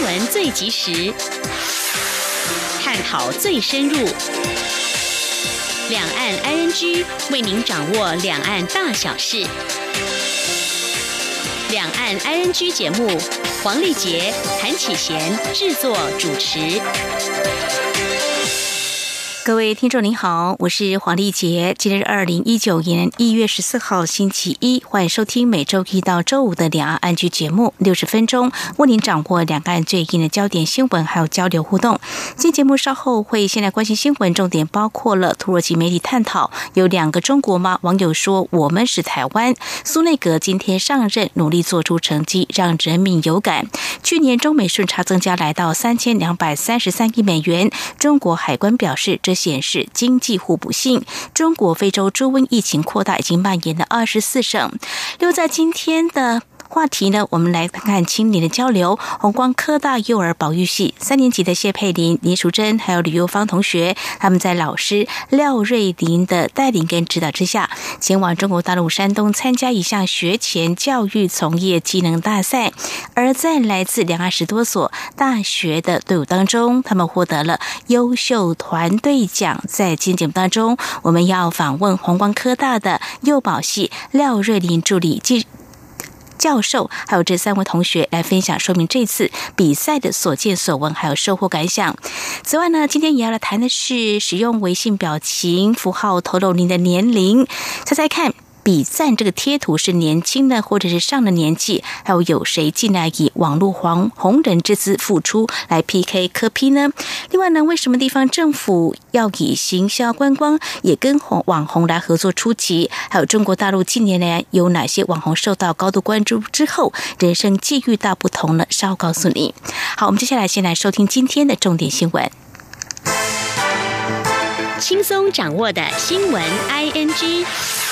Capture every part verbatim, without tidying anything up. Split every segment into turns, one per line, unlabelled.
闻最及时，探讨最深入，两岸 I N G 为您掌握两岸大小事。两岸 I N G 节目，黄丽杰、韩启贤制作主持。
各位听众您好，我是黄丽杰，今天是二零一九年一月十四号星期一，欢迎收听每周一到周五的两岸安居节目，六十分钟为您掌握两岸最近的焦点新闻，还有交流互动。今天节目稍后会先来关心新闻，重点包括了土耳其媒体探讨有两个中国吗？网友说我们是台湾。苏内阁今天上任，努力做出成绩，让人民有感。去年中美顺差增加来到三千两百三十三亿美元，中国海关表示这显示经济互补性。中国非洲猪瘟疫情扩大，已经蔓延了二十四省。留在今天的话题呢，我们来看看青年的交流。弘光科大幼儿保育系三年级的谢佩玲、林淑珍还有吕幼芳同学，他们在老师廖瑞玲的带领跟指导之下，前往中国大陆山东参加一项学前教育从业技能大赛。而在来自两岸十多所大学的队伍当中，他们获得了优秀团队奖。在今天节目当中，我们要访问弘光科大的幼保系廖瑞玲助理技教授，还有这三位同学来分享说明这次比赛的所见所闻，还有收获感想。此外呢，今天也要来谈的是使用微信表情符号透露您的年龄，猜猜看比赞这个贴图是年轻的或者是上了年纪，还有有谁进来以网络黄红人之姿付出来 P K 科批呢？另外呢，为什么地方政府要以行销观光也跟网红来合作出击？还有中国大陆近年来有哪些网红受到高度关注之后人生际遇大不同呢？稍后告诉你。好，我们接下来先来收听今天的重点新闻，
轻松掌握的新闻 I N G。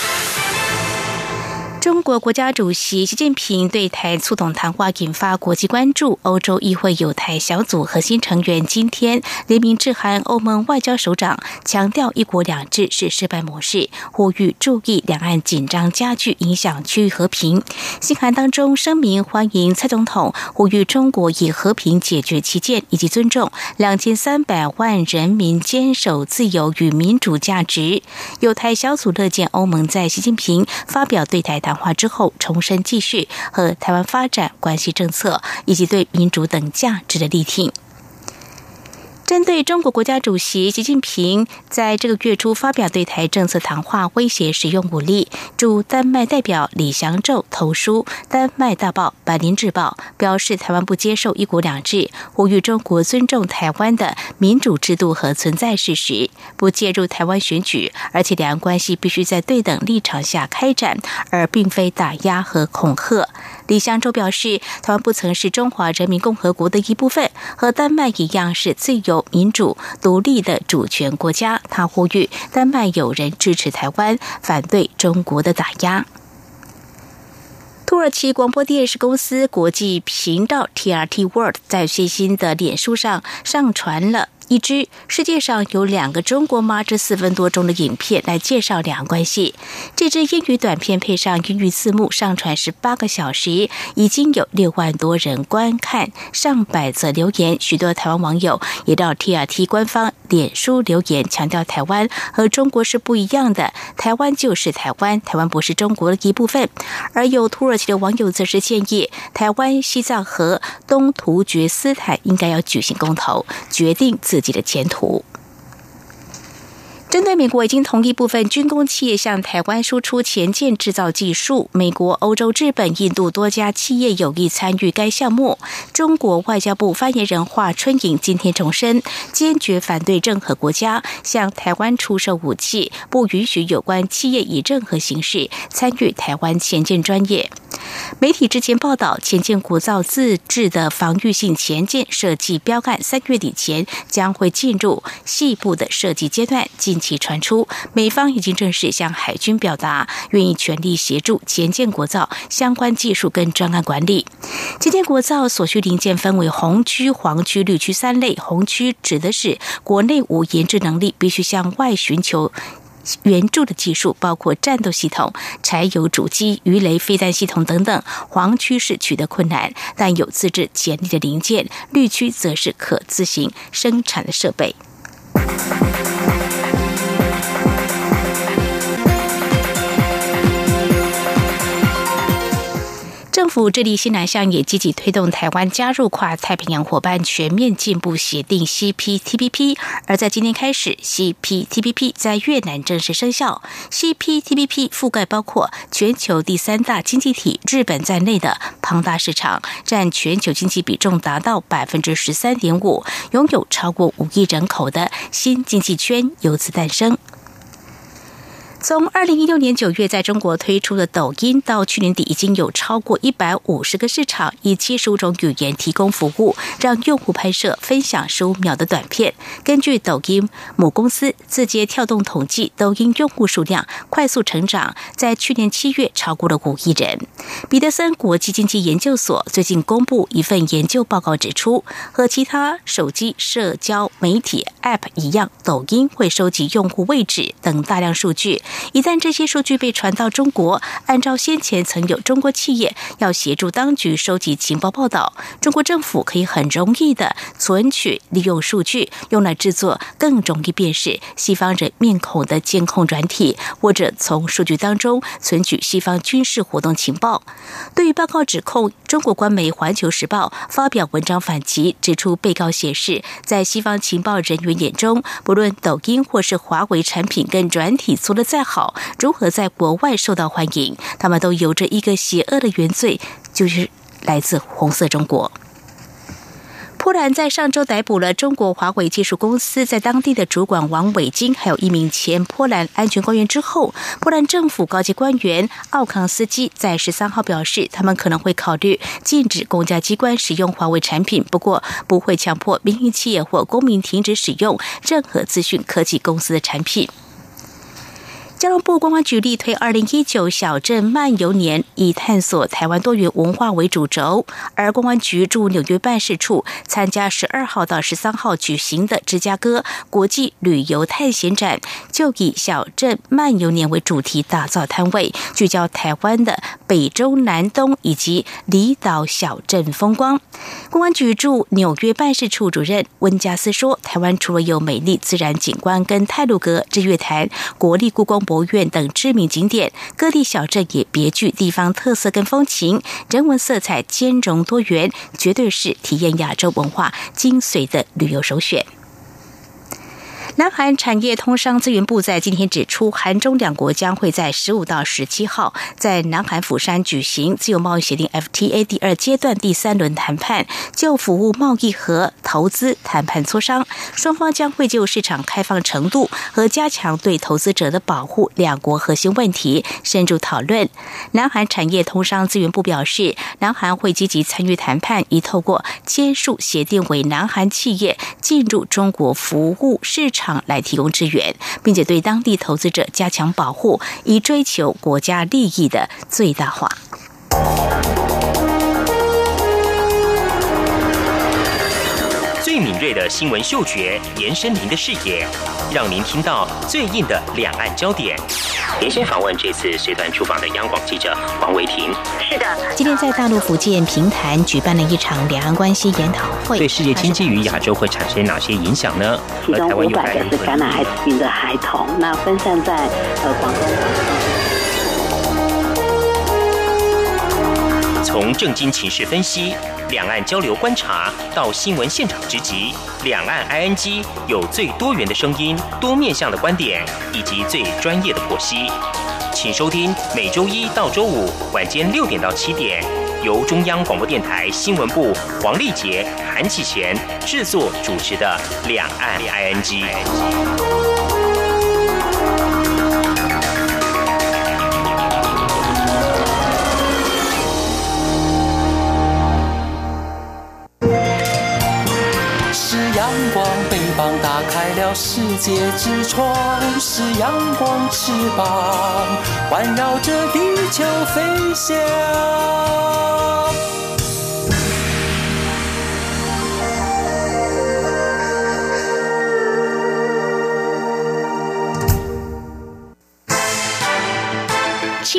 中国国家主席习近平对台促统谈话引发国际关注。欧洲议会友台小组核心成员今天联名致函欧盟外交首长，强调一国两制是失败模式，呼吁注意两岸紧张加剧影响区域和平。信函当中声明欢迎蔡总统，呼吁中国以和平解决歧见，以及尊重两千三百万人民坚守自由与民主价值。友台小组乐见欧盟在习近平发表对台谈话之后，重申继续和台湾发展关系政策，以及对民主等价值的力挺。针对中国国家主席习近平在这个月初发表对台政策谈话，威胁使用武力，驻丹麦代表李祥宙投书丹麦大报《百灵日报》，表示台湾不接受一国两制，呼吁中国尊重台湾的民主制度和存在事实，不介入台湾选举，而且两岸关系必须在对等立场下开展，而并非打压和恐吓。李祥宙表示，台湾不曾是中华人民共和国的一部分，和丹麦一样是自由、民主、独立的主权国家。他呼吁丹麦友人支持台湾，反对中国的打压。土耳其广播电视公司国际频道 T R T World 在最新的脸书上上传了一支世界上有两个中国吗这四分多钟的影片，来介绍两岸关系。这支英语短片配上英语字幕，上传十八个小时，已经有六万多人观看，上百则留言。许多台湾网友也到 T R T 官方脸书留言，强调台湾和中国是不一样的，台湾就是台湾，台湾不是中国的一部分。而有土耳其的网友则是建议，台湾、西藏和东突厥斯坦应该要举行公投，决定自己的前途。针对美国已经同意部分军工企业向台湾输出前舰制造技术，美国、欧洲、日本、印度多家企业有意参与该项目。中国外交部发言人华春莹今天重申，坚决反对任何国家向台湾出售武器，不允许有关企业以任何形式参与台湾前舰专业。媒体之前报道，前舰国造自制的防御性前舰设计标案三月底前将会进入细部的设计阶段。近期传出，美方已经正式向海军表达愿意全力协助前舰国造相关技术跟专案管理。前舰国造所需零件分为红区、黄区、绿区三类。红区指的是国内无研制能力，必须向外寻求援助的技术，包括战斗系统、柴油主机、鱼雷飞弹系统等等，黄区是取得困难，但有自制潜力的零件，绿区则是可自行生产的设备。政府致力西南向，也积极推动台湾加入跨太平洋伙伴全面进步协定 C P T P P。 而在今天开始， C P T P P 在越南正式生效。 C P T P P 覆盖包括全球第三大经济体日本在内的庞大市场，占全球经济比重达到 百分之十三点五， 拥有超过五亿人口的新经济圈由此诞生。从二零一六年九月在中国推出的抖音，到去年底已经有超过一百五十个市场，以七十五种语言提供服务，让用户拍摄、分享十五秒的短片。根据抖音母公司字节跳动统计，抖音用户数量快速成长，在去年七月超过了五亿人。彼得森国际经济研究所最近公布一份研究报告指出，和其他手机社交媒体 App 一样，抖音会收集用户位置等大量数据。一旦这些数据被传到中国，按照先前曾有中国企业要协助当局收集情报报道，中国政府可以很容易的存取利用数据，用来制作更容易辨识西方人面孔的监控软体，或者从数据当中存取西方军事活动情报。对于报告指控，中国官媒《环球时报》发表文章反击，指出被告显示，在西方情报人员眼中，不论抖音或是华为产品跟软体做得再好，如何在国外受到欢迎，他们都有着一个邪恶的原罪，就是来自红色中国。波兰在上周逮捕了中国华为技术公司在当地的主管王伟金，还有一名前波兰安全官员之后，波兰政府高级官员奥康斯基在十三号表示，他们可能会考虑禁止公家机关使用华为产品，不过不会强迫民营企业或公民停止使用任何资讯科技公司的产品。交通部观光局力推二零一九小镇漫游年，以探索台湾多元文化为主轴。而观光局驻纽约办事处参加十二号到十三号举行的芝加哥国际旅游探险展，就以小镇漫游年为主题打造摊位，聚焦台湾的北中南东以及离岛小镇风光。观光局驻纽约办事处主任温加斯说，台湾除了有美丽自然景观跟太鲁阁、日月潭、国立故宫博物院等知名景点，各地小镇也别具地方特色跟风情，人文色彩兼容多元，绝对是体验亚洲文化精髓的旅游首选。南韩产业通商资源部在今天指出，韩中两国将会在十五到十七号在南韩釜山举行自由贸易协定 F T A 第二阶段第三轮谈判，就服务贸易和投资谈判磋商，双方将会就市场开放程度和加强对投资者的保护两国核心问题深入讨论。南韩产业通商资源部表示，南韩会积极参与谈判，以透过签署协定为南韩企业进入中国服务市场来提供支援，并且对当地投资者加强保护，以追求国家利益的最大化。
最敏锐的新闻嗅觉，延伸您的视野，让您听到最硬的两岸焦点。连线访问这次随团出访的央广记者黄维婷。
是的，今天在大陆福建平潭举办了一场两岸关系研讨会，
对世界经济与亚洲会产生哪些影响呢？
其中五百个是感染艾滋病的孩童，那分散在呃广东。
从政经情势分析、两岸交流观察到新闻现场直击，两岸 I N G 有最多元的声音、多面向的观点以及最专业的剖析。请收听每周一到周五晚间六点到七点，由中央广播电台新闻部黄丽杰、韩启贤制作主持的《两岸 I N G》。
阳光，北方打开了世界之窗，是阳光翅膀，环绕着地球飞翔。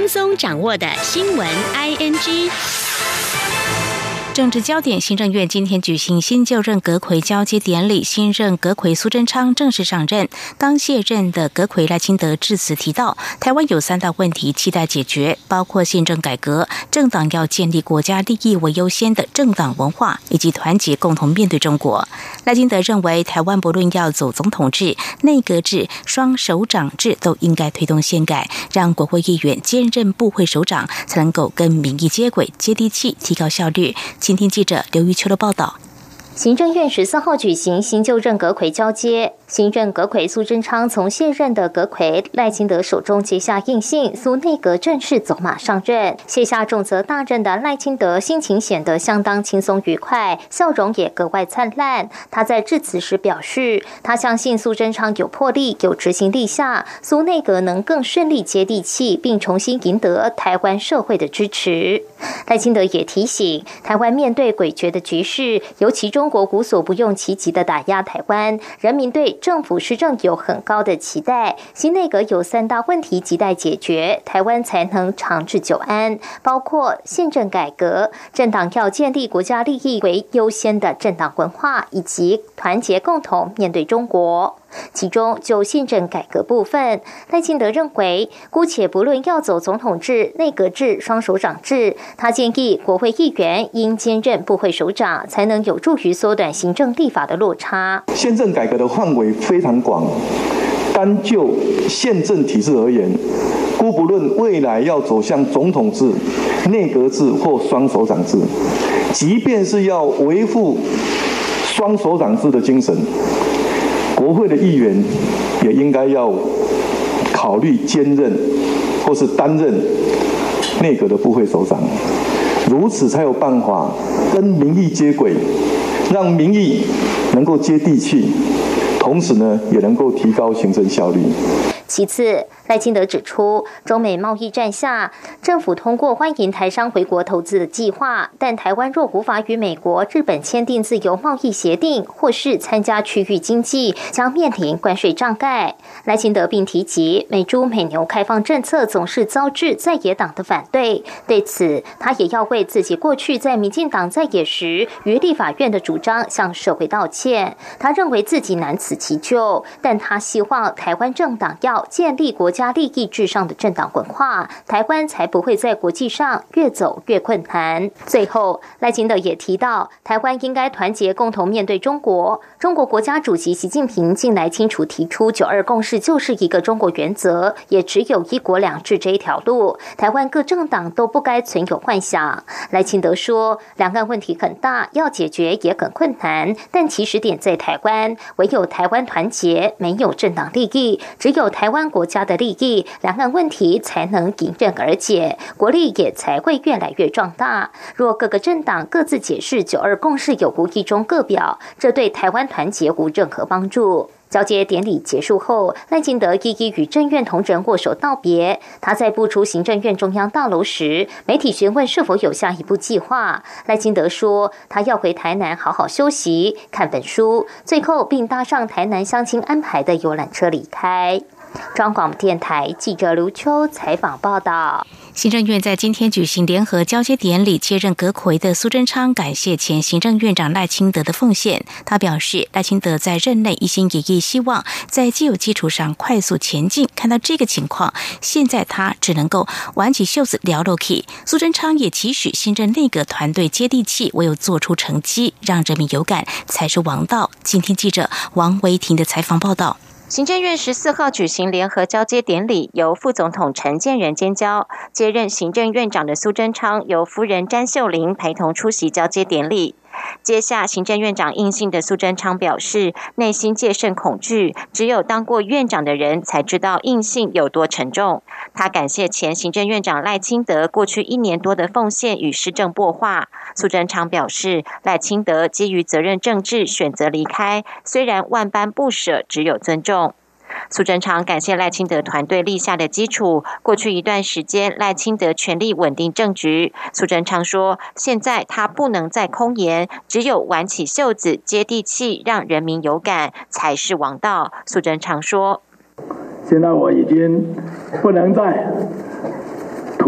松掌握的新闻 I N G。
政治焦点，行政院今天举行新就任阁揆交接典礼，新任阁揆苏贞昌正式上任。刚卸任的阁揆赖清德致辞提到，台湾有三大问题期待解决，包括宪政改革、政党要建立国家利益为优先的政党文化，以及团结共同面对中国。赖清德认为，台湾不论要走总统制、内阁制、双首长制，都应该推动宪改，让国会议员兼任部会首长，才能够跟民意接轨、接地气，提高效率。请听记者刘玉秋的报道。
行政院十四号举行新就任阁揆交接，新任阁揆苏贞昌从卸任的阁揆赖清德手中接下印信，苏内阁正式走马上任。卸下重责大任的赖清德心情显得相当轻松愉快，笑容也格外灿烂。他在致辞时表示，他相信苏贞昌有魄力、有执行力下，苏内阁能更顺利接地气，并重新赢得台湾社会的支持。赖清德也提醒，台湾面对诡谲的局势，尤其中国无所不用其极的打压台湾，人民对政府施政有很高的期待。新内阁有三大问题亟待解决，台湾才能长治久安，包括宪政改革、政党要建立国家利益为优先的政党文化，以及团结共同面对中国。其中就宪政改革部分，赖清德认为，姑且不论要走总统制、内阁制、双首长制，他建议国会议员应兼任部会首长，才能有助于缩短行政立法的落差。
宪政改革的范围非常广，单就宪政体制而言，姑不论未来要走向总统制、内阁制或双首长制，即便是要维护双首长制的精神，国会的议员也应该要考虑兼任或是担任内阁的部会首长，如此才有办法跟民意接轨，让民意能够接地气，同时呢也能够提高行政效率。
其次，赖清德指出，中美贸易战下，政府通过欢迎台商回国投资的计划，但台湾若无法与美国、日本签订自由贸易协定，或是参加区域经济，将面临关税障碍。赖清德并提及，美猪美牛开放政策总是遭致在野党的反对，对此，他也要为自己过去在民进党在野时于立法院的主张向社会道歉。他认为自己难辞其咎，但他希望台湾政党要建立国家利益至上的政党文化，台湾才不会在国际上越走越困难。最后，赖清德也提到，台湾应该团结共同面对中国。中国国家主席习近平近来清楚提出，九二共识就是一个中国原则，也只有一国两制这一条路。台湾各政党都不该存有幻想。赖清德说，两岸问题很大，要解决也很困难，但起始点在台湾，唯有台湾团结，没有政党利益，只有台湾国家的利益，两岸问题才能迎刃而解，国力也才会越来越壮大。若各个政党各自解释九二共识有无一中各表，这对台湾团结无任何帮助。交接典礼结束后，赖清德一一与政院同仁握手道别。他在步出行政院中央大楼时，媒体询问是否有下一步计划。赖清德说，他要回台南好好休息、看本书，最后并搭上台南乡亲安排的游览车离开。中央广播电台记者刘秋采访报道。
行政院在今天举行联合交接典礼，接任阁揆的苏贞昌感谢前行政院长赖清德的奉献。他表示，赖清德在任内一心一意，希望在既有基础上快速前进。看到这个情况，现在他只能够挽起袖子聊 Loki。苏贞昌也期许新任内阁团队接地气，唯有做出成绩，让人民有感，才是王道。今天记者王维婷的采访报道。
行政院十四号举行联合交接典礼，由副总统陈建仁监交，接任行政院长的苏贞昌由夫人詹秀玲陪同出席交接典礼。接下行政院长印信的苏贞昌表示，内心戒慎恐惧，只有当过院长的人才知道印信有多沉重。他感谢前行政院长赖清德过去一年多的奉献与施政擘画。苏贞昌表示，赖清德基于责任政治选择离开，虽然万般不舍，只有尊重。苏贞昌感谢赖清德团队立下的基础，过去一段时间赖清德全力稳定政局。苏贞昌说，现在他不能再空言，只有挽起袖子接地气，让人民有感，才是王道。苏贞昌说，
现在我已经不能再吐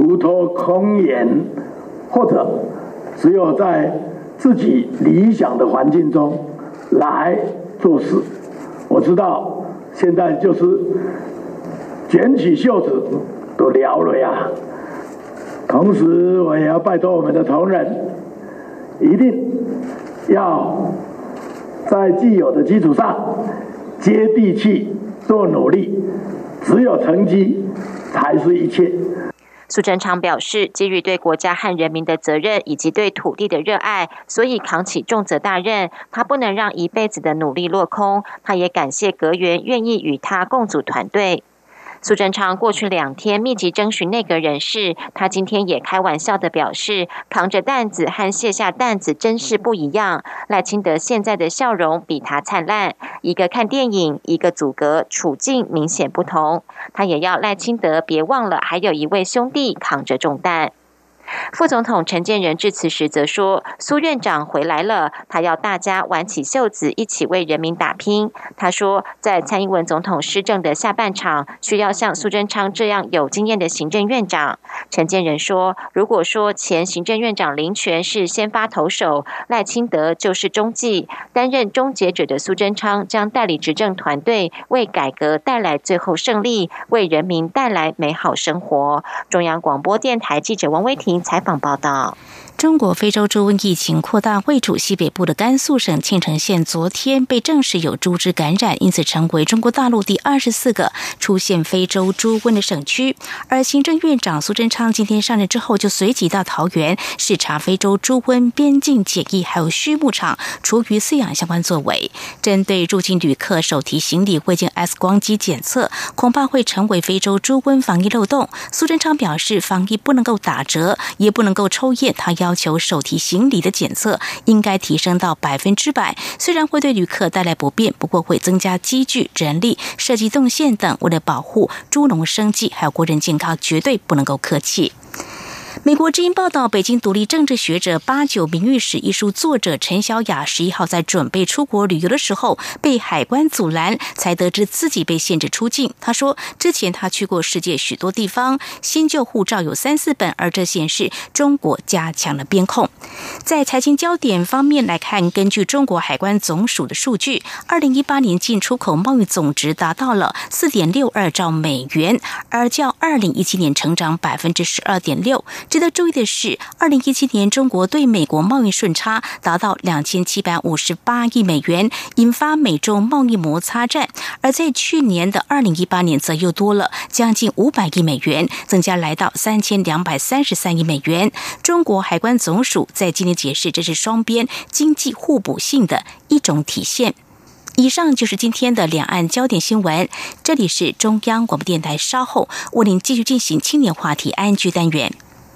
徒托空言，或者只有在自己理想的环境中来做事。我知道现在就是卷起袖子都聊了呀。同时我也要拜托我们的同仁，一定要在既有的基础上接地气做努力，只有成绩才是一切。
苏贞昌表示，基于对国家和人民的责任以及对土地的热爱，所以扛起重责大任，他不能让一辈子的努力落空。他也感谢阁员愿意与他共组团队。苏贞昌过去两天密集征询内阁人士，他今天也开玩笑的表示，扛着担子和卸下担子真是不一样。赖清德现在的笑容比他灿烂，一个看电影，一个阻隔，处境明显不同。他也要赖清德别忘了，还有一位兄弟扛着重担。副总统陈建仁致辞时则说，苏院长回来了，他要大家挽起袖子，一起为人民打拼。他说，在蔡英文总统施政的下半场，需要像苏贞昌这样有经验的行政院长。陈建仁说，如果说前行政院长林全是先发投手，赖清德就是中继，担任终结者的苏贞昌将带领执政团队为改革带来最后胜利，为人民带来美好生活。中央广播电台记者王威婷采访报道。
中国非洲猪瘟疫情扩大，位处西北部的甘肃省庆城县昨天被证实有猪只感染，因此成为中国大陆第二十四个出现非洲猪瘟的省区。而行政院长苏贞昌今天上任之后，就随即到桃园视察非洲猪瘟边境检疫还有畜牧场厨余饲养相关作为。针对入境旅客手提行李未经 X 光机检测，恐怕会成为非洲猪瘟防疫漏洞。苏贞昌表示，防疫不能够打折，也不能够抽验，他要求手提行李的检测应该提升到百分之百。虽然会对旅客带来不便，不过会增加机具、人力、设计动线等，为了保护猪农生计还有国人健康，绝对不能够客气。美国之音报道，北京独立政治学者《八九名誉史》一书作者陈小雅十一号在准备出国旅游的时候被海关阻拦，才得知自己被限制出境。他说，之前他去过世界许多地方，新旧护照有三四本，而这显示中国加强了边控。在财经焦点方面来看，根据中国海关总署的数据，二零一八年进出口贸易总值达到了四点六二兆美元，而较二零一七年成长百分之十二点六。值得注意的是，二零一七年中国对美国贸易顺差达到两千七百五十八亿美元，引发美中贸易摩擦战。而在去年的二零一八年，则又多了将近五百亿美元，增加来到三千两百三十三亿美元。中国海关总署在今年解释，这是双边经济互补性的一种体现。以上就是今天的两岸焦点新闻，这里是中央广播电台，稍后为您继续进行青年话题 I N G 单元。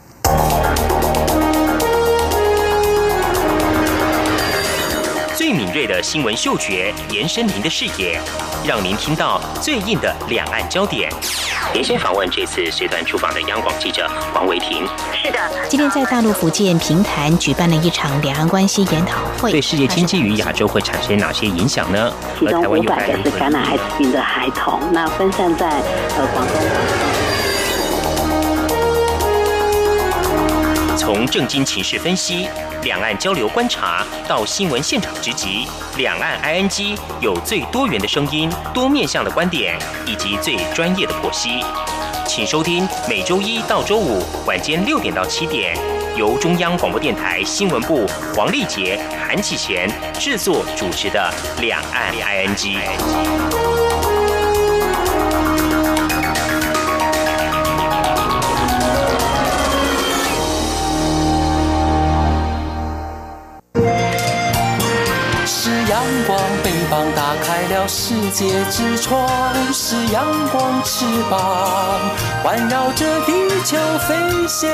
最敏锐的新闻嗅觉，延伸您的视野，让您听到最硬的两岸焦点。连线访问这次随团出访的央广记者王维婷。
是的，
今天在大陆福建平潭举办了一场两岸关系研讨会，
对世界经济与亚洲会产生哪些影响呢？
其中五百个是感染艾滋病的孩童，那分散在呃广东。
从政经情势分析、两岸交流观察到新闻现场直击，两岸 I N G 有最多元的声音、多面向的观点以及最专业的剖析。请收听每周一到周五晚间六点到七点，由中央广播电台新闻部黄丽杰、韩启贤制作主持的《两岸 I N G》。
阳光，翅膀打开了世界之窗，是阳光翅膀环绕着地球飞翔。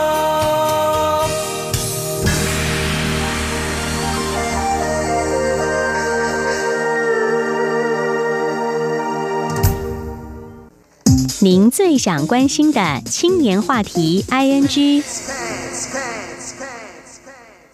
您最想关心的青年话题 I N G。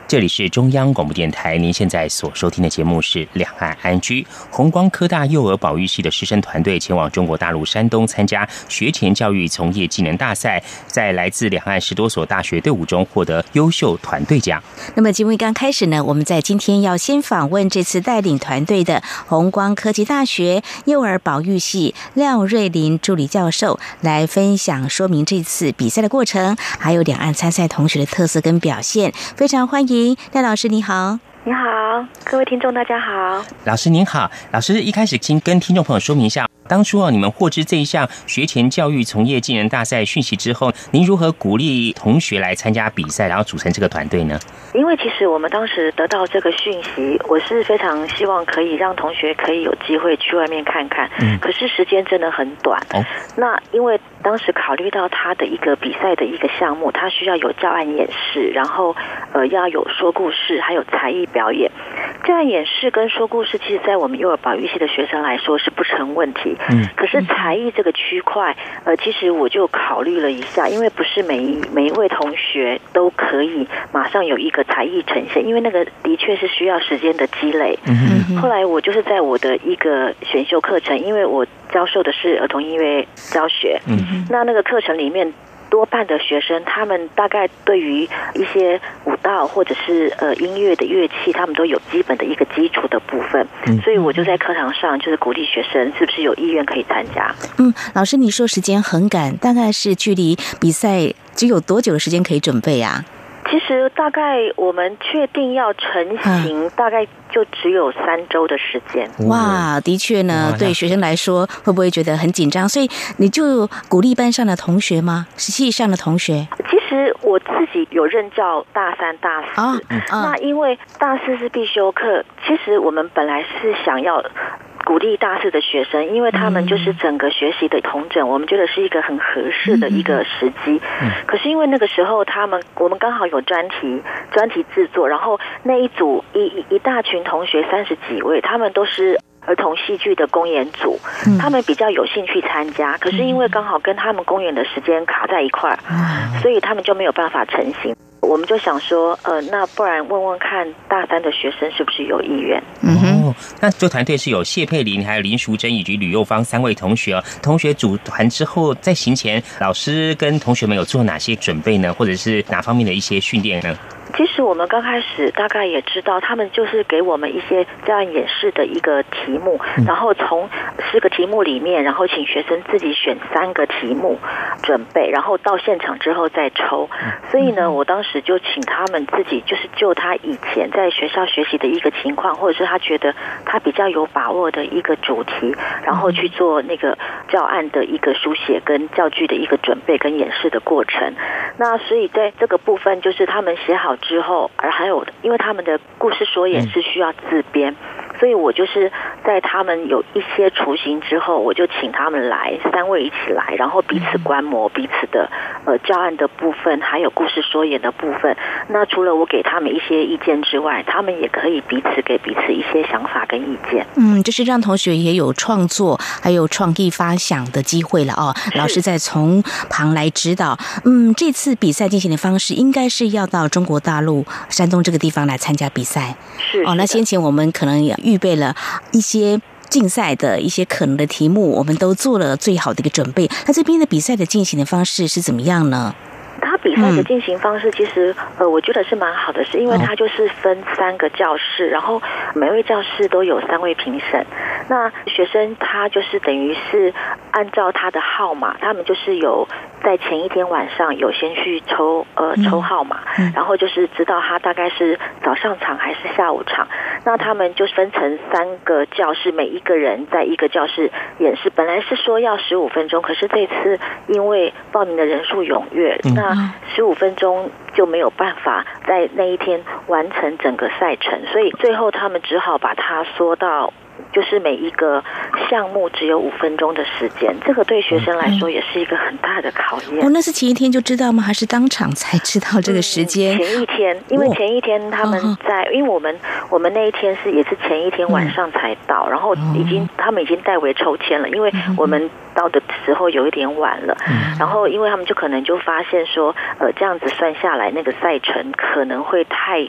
这里是中央广播电台，您现在所收听的节目是两岸 I N G。 弘光科大幼儿保育系的师生团队前往中国大陆山东参加学前教育从业技能大赛，在来自两岸十多所大学队伍中获得优秀团队奖。
那么节目刚开始呢，我们在今天要先访问这次带领团队的弘光科技大学幼儿保育系廖瑞麟助理教授，来分享说明这次比赛的过程，还有两岸参赛同学的特色跟表现。非常欢迎廖老师，你好。
你好，各位听众大家好。
老师您好。老师一开始先跟听众朋友说明一下，当初啊你们获知这一项学前教育从业技能大赛讯息之后，您如何鼓励同学来参加比赛，然后组成这个团队呢？
因为其实我们当时得到这个讯息，我是非常希望可以让同学可以有机会去外面看看，嗯，可是时间真的很短。哦，那因为当时考虑到他的一个比赛的一个项目，他需要有教案演示，然后呃要有说故事，还有才艺表演。教案演示跟说故事，其实在我们幼儿保育系的学生来说是不成问题。嗯，可是才艺这个区块，呃，其实我就考虑了一下，因为不是每一每一位同学都可以马上有一个才艺呈现，因为那个的确是需要时间的积累。嗯，后来我就是在我的一个选修课程，因为我教授的是儿童音乐教学，嗯，那那个课程里面多半的学生，他们大概对于一些舞蹈或者是呃音乐的乐器，他们都有基本的一个基础的部分，嗯，所以我就在课堂上就是鼓励学生是不是有意愿可以参加。
嗯，老师你说时间很赶，大概是距离比赛只有多久的时间可以准备啊？
其实大概我们确定要成型，嗯，大概就只有三周的时间。
哇，的确呢，对学生来说会不会觉得很紧张？所以你就鼓励班上的同学吗？系上的同学？
其实我自己有任教大三、大四，哦嗯，那因为大四是必修课，其实我们本来是想要鼓励大四的学生，因为他们就是整个学习的统整，我们觉得是一个很合适的一个时机。可是因为那个时候他们我们刚好有专题专题制作，然后那一组一一大群同学三十几位，他们都是儿童戏剧的公演组，他们比较有兴趣参加，可是因为刚好跟他们公演的时间卡在一块儿，所以他们就没有办法成行。我们就想说，呃，那不然问问看大三的学生是不是有意愿？
嗯哼，那这团队是有谢佩玲、还有林淑珍以及吕佑芳三位同学哦。同学组团之后，在行前，老师跟同学们有做哪些准备呢？或者是哪方面的一些训练呢？
其实我们刚开始大概也知道，他们就是给我们一些教案演示的一个题目，然后从四个题目里面，然后请学生自己选三个题目准备，然后到现场之后再抽。所以呢，我当时就请他们自己，就是就他以前在学校学习的一个情况，或者是他觉得他比较有把握的一个主题，然后去做那个教案的一个书写跟教具的一个准备跟演示的过程。那所以在这个部分，就是他们写好之后，而还有因为他们的故事说演是需要自编，所以我就是在他们有一些雏形之后，我就请他们来，三位一起来，然后彼此观摩彼此的呃教案的部分，还有故事说演的部分。那除了我给他们一些意见之外，他们也可以彼此给彼此一些想法跟意见。
嗯，就是让同学也有创作还有创意发想的机会了哦。老师在从旁来指导。嗯，这次比赛进行的方式应该是要到中国大陆山东这个地方来参加比赛。
是
哦，那先前我们可能也预备了一些竞赛的一些可能的题目，我们都做了最好的一个准备。那这边的比赛的进行的方式是怎么样呢？
他比赛的进行方式其实呃，我觉得是蛮好的，是因为他就是分三个教室，然后每位教室都有三位评审。那学生他就是等于是按照他的号码，他们就是有在前一天晚上有先去抽呃抽号码，然后就是知道他大概是早上场还是下午场。那他们就分成三个教室，每一个人在一个教室演示。本来是说要十五分钟，可是这次因为报名的人数踊跃，那十五分钟就没有办法在那一天完成整个赛程，所以最后他们只好把它缩到就是每一个项目只有五分钟的时间，这个对学生来说也是一个很大的考验。
哦，那是前一天就知道吗？还是当场才知道这个时间？
嗯、前一天，因为前一天他们在，哦、因为我们我们那一天是也是前一天晚上才到，嗯、然后已经、哦、他们已经代为抽签了，因为我们到的时候有一点晚了，嗯、然后因为他们就可能就发现说，呃，这样子算下来那个赛程可能会太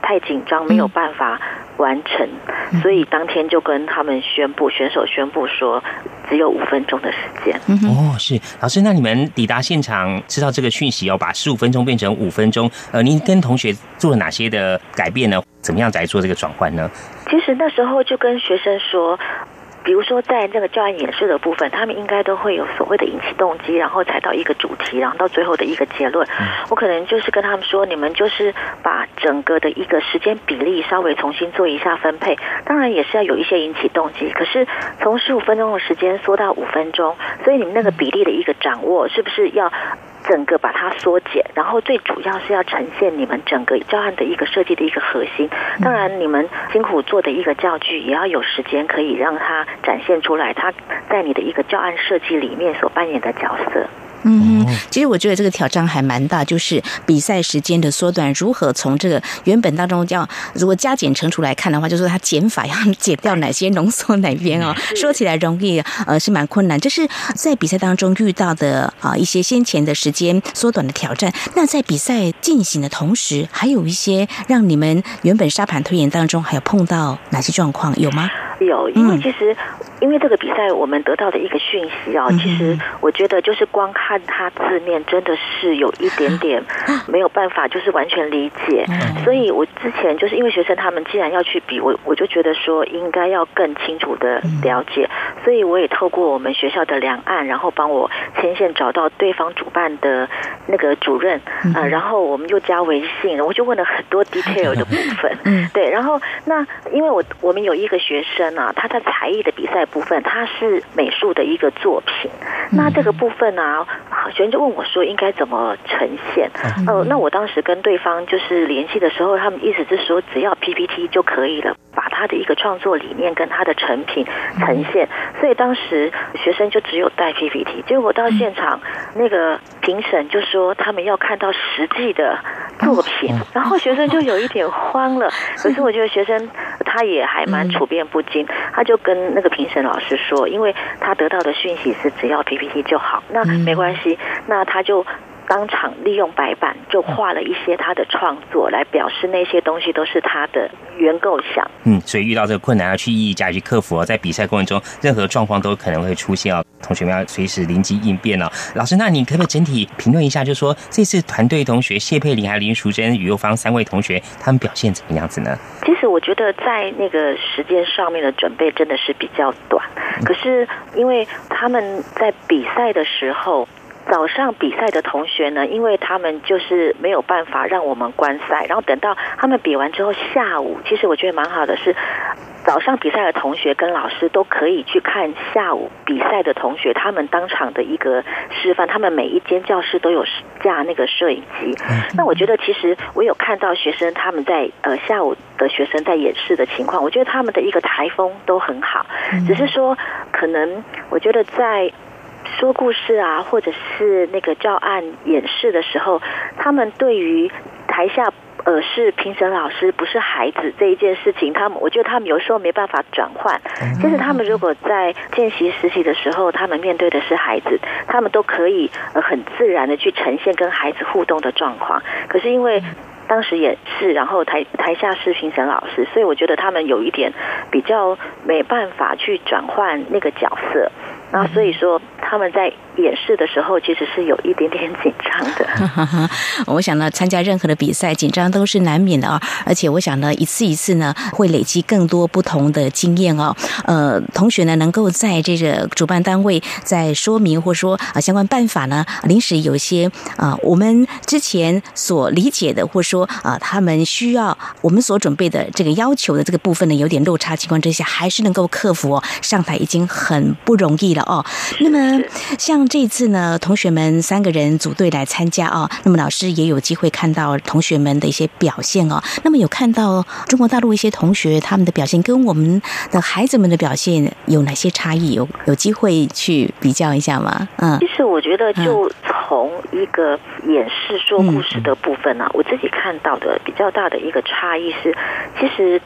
太紧张没有办法完成，所以当天就跟他们宣布，选手宣布说只有五分钟的时间。
哦，是老师，那你们抵达现场知道这个讯息哦，把十五分钟变成五分钟，呃，您跟同学做了哪些的改变呢？怎么样来做这个转换呢？
其实那时候就跟学生说，比如说在那个教案演示的部分，他们应该都会有所谓的引起动机，然后才到一个主题，然后到最后的一个结论。嗯、我可能就是跟他们说，你们就是把整个的一个时间比例稍微重新做一下分配，当然也是要有一些引起动机，可是从十五分钟的时间缩到五分钟，所以你们那个比例的一个掌握，是不是要整个把它缩减，然后最主要是要呈现你们整个教案的一个设计的一个核心。当然你们辛苦做的一个教具也要有时间可以让它展现出来，它在你的一个教案设计里面所扮演的角色。
嗯，其实我觉得这个挑战还蛮大，就是比赛时间的缩短，如何从这个原本当中要如果加减乘除来看的话，就是它减法要减掉哪些，浓缩哪边哦。说起来容易，呃，是蛮困难。这是在比赛当中遇到的啊、呃、一些先前的时间缩短的挑战。那在比赛进行的同时，还有一些让你们原本沙盘推演当中还有碰到哪些状况有吗？
有，因为其实、嗯、因为这个比赛我们得到的一个讯息啊、哦，其实我觉得就是光看它字面真的是有一点点没有办法就是完全理解，所以我之前就是因为学生他们既然要去比，我我就觉得说应该要更清楚的了解，所以我也透过我们学校的两岸，然后帮我牵线找到对方主办的那个主任，呃，然后我们又加微信，我就问了很多 detail 的部分，对，然后那因为我我们有一个学生啊，他在才艺的比赛部分，他是美术的一个作品，那这个部分啊，学生就问我说应该怎么呈现，呃，那我当时跟对方就是联系的时候，他们意思是说只要 P P T 就可以了，把他的一个创作理念跟他的成品呈现，所以当时学生就只有带 P P T， 结果到现场那个评审就说他们要看到实际的作品，然后学生就有一点慌了，可是我觉得学生他也还蛮处变不惊，他就跟那个评审老师说，因为他得到的讯息是只要 P P T 就好，那没关系，那他就当场利用白板就画了一些他的创作，来表示那些东西都是他的原构想。
嗯，所以遇到这个困难要去一一加以去克服哦，在比赛过程中任何状况都可能会出现哦，同学们要随时临机应变哦。老师，那你可不可以整体评论一下，就是说这次团队同学谢佩玲还有林淑珍、于幼芳三位同学，他们表现怎么样子呢？
其实我觉得在那个时间上面的准备真的是比较短，可是因为他们在比赛的时候，早上比赛的同学呢，因为他们就是没有办法让我们观赛，然后等到他们比完之后，下午其实我觉得蛮好的是，早上比赛的同学跟老师都可以去看下午比赛的同学他们当场的一个示范，他们每一间教室都有架那个摄影机。那我觉得其实我有看到学生他们在呃下午的学生在演示的情况，我觉得他们的一个台风都很好，只是说可能我觉得在说故事啊，或者是那个教案演示的时候，他们对于台下呃是评审老师不是孩子这一件事情，他们我觉得他们有时候没办法转换。就是他们如果在见习实习的时候，他们面对的是孩子，他们都可以呃很自然的去呈现跟孩子互动的状况。可是因为当时也是，然后台台下是评审老师，所以我觉得他们有一点比较没办法去转换那个角色。那所以说他们在演示的时候其实是有一点点紧张的。
我想呢，参加任何的比赛紧张都是难免的啊，而且我想呢，一次一次呢会累积更多不同的经验哦。呃，同学呢能够在这个主办单位在说明或说啊相关办法呢，临时有一些啊、呃、我们之前所理解的，或说啊、呃、他们需要我们所准备的这个要求的这个部分呢有点落差情况之下，还是能够克服哦，上台已经很不容易了哦。那么像这次呢，同学们三个人组队来参加哦，那么老师也有机会看到同学们的一些表现哦。那么有看到中国大陆一些同学他们的表现跟我们的孩子们的表现有哪些差异？有有机会去比较一下吗？嗯，
其实我觉得就从一个演示说故事的部分啊，嗯、我自己看到的比较大的一个差异是，其实他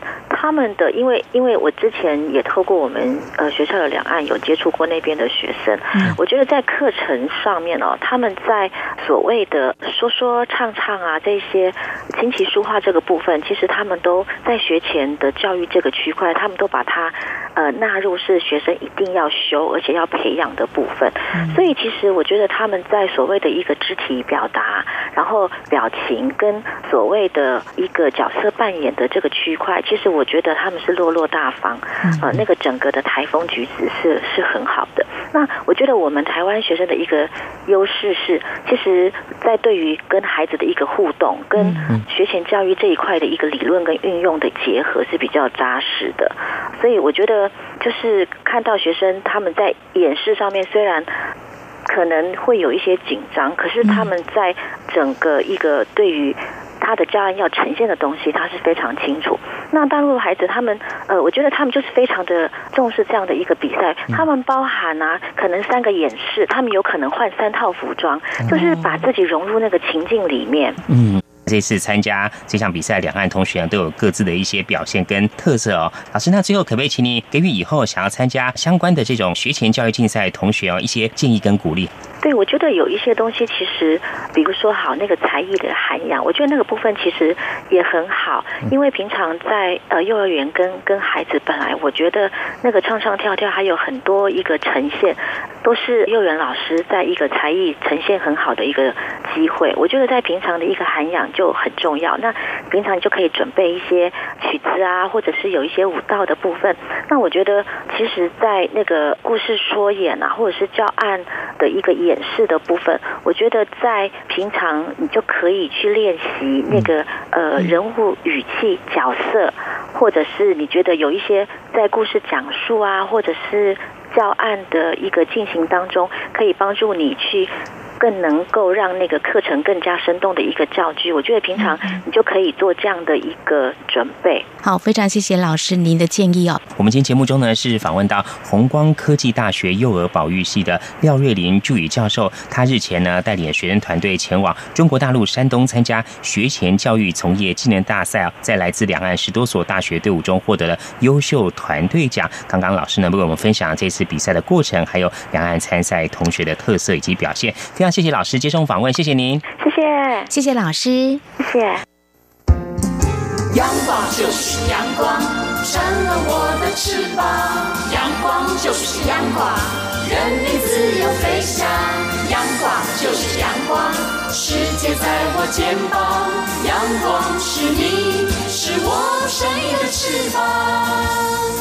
他们的，因为因为我之前也透过我们呃学校的两岸有接触过那边的学生，嗯、我觉得在课程上面哦，他们在所谓的说说唱唱啊这些琴棋书画这个部分，其实他们都在学前的教育这个区块，他们都把它呃纳入是学生一定要修而且要培养的部分。嗯、所以其实我觉得他们在所谓的一个肢体表达，然后表情跟所谓的一个角色扮演的这个区块，其实我觉得他们是落落大方，呃，那个整个的台风举止是是很好的。那我觉得我们台湾学生的一个优势是，其实在对于跟孩子的一个互动，跟学前教育这一块的一个理论跟运用的结合是比较扎实的。所以我觉得就是看到学生他们在演示上面虽然可能会有一些紧张，可是他们在整个一个对于他的教案要呈现的东西，他是非常清楚。那大陆的孩子，他们呃，我觉得他们就是非常的重视这样的一个比赛。他们包含啊，可能三个演示，他们有可能换三套服装，就是把自己融入那个情境里面。嗯。
这次参加这场比赛，两岸同学都有各自的一些表现跟特色哦。老师，那最后可不可以请你给予以后想要参加相关的这种学前教育竞赛同学哦一些建议跟鼓励？
对，我觉得有一些东西其实，比如说好那个才艺的涵养，我觉得那个部分其实也很好，因为平常在呃幼儿园跟跟孩子本来，我觉得那个唱唱跳跳还有很多一个呈现，都是幼儿园老师在一个才艺呈现很好的一个机会。我觉得在平常的一个涵养就很重要。那平常你就可以准备一些曲子啊，或者是有一些舞蹈的部分。那我觉得其实在那个故事说演啊，或者是教案的一个演演示的部分，我觉得在平常你就可以去练习那个呃人物语气角色，或者是你觉得有一些在故事讲述啊，或者是教案的一个进行当中，可以帮助你去更能够让那个课程更加生动的一个教具。我觉得平常你就可以做这样的一个准备。
好，非常谢谢老师您的建议哦。
我们今天节目中呢是访问到弘光科技大学幼儿保育系的廖瑞麟助理教授，他日前呢带领学生团队前往中国大陆山东参加学前教育从业技能大赛，在来自两岸十多所大学队伍中获得了优秀团队奖。刚刚老师呢为我们分享这次比赛的过程，还有两岸参赛同学的特色以及表现。非常谢谢老师接受访问，谢谢您，
谢谢，
谢谢老师，
谢谢。
阳光就是阳光，扇了我的翅膀。阳光就是阳光，任你自由飞翔。阳光就是阳光，世界在我肩膀。阳光是你，是我生命的翅膀。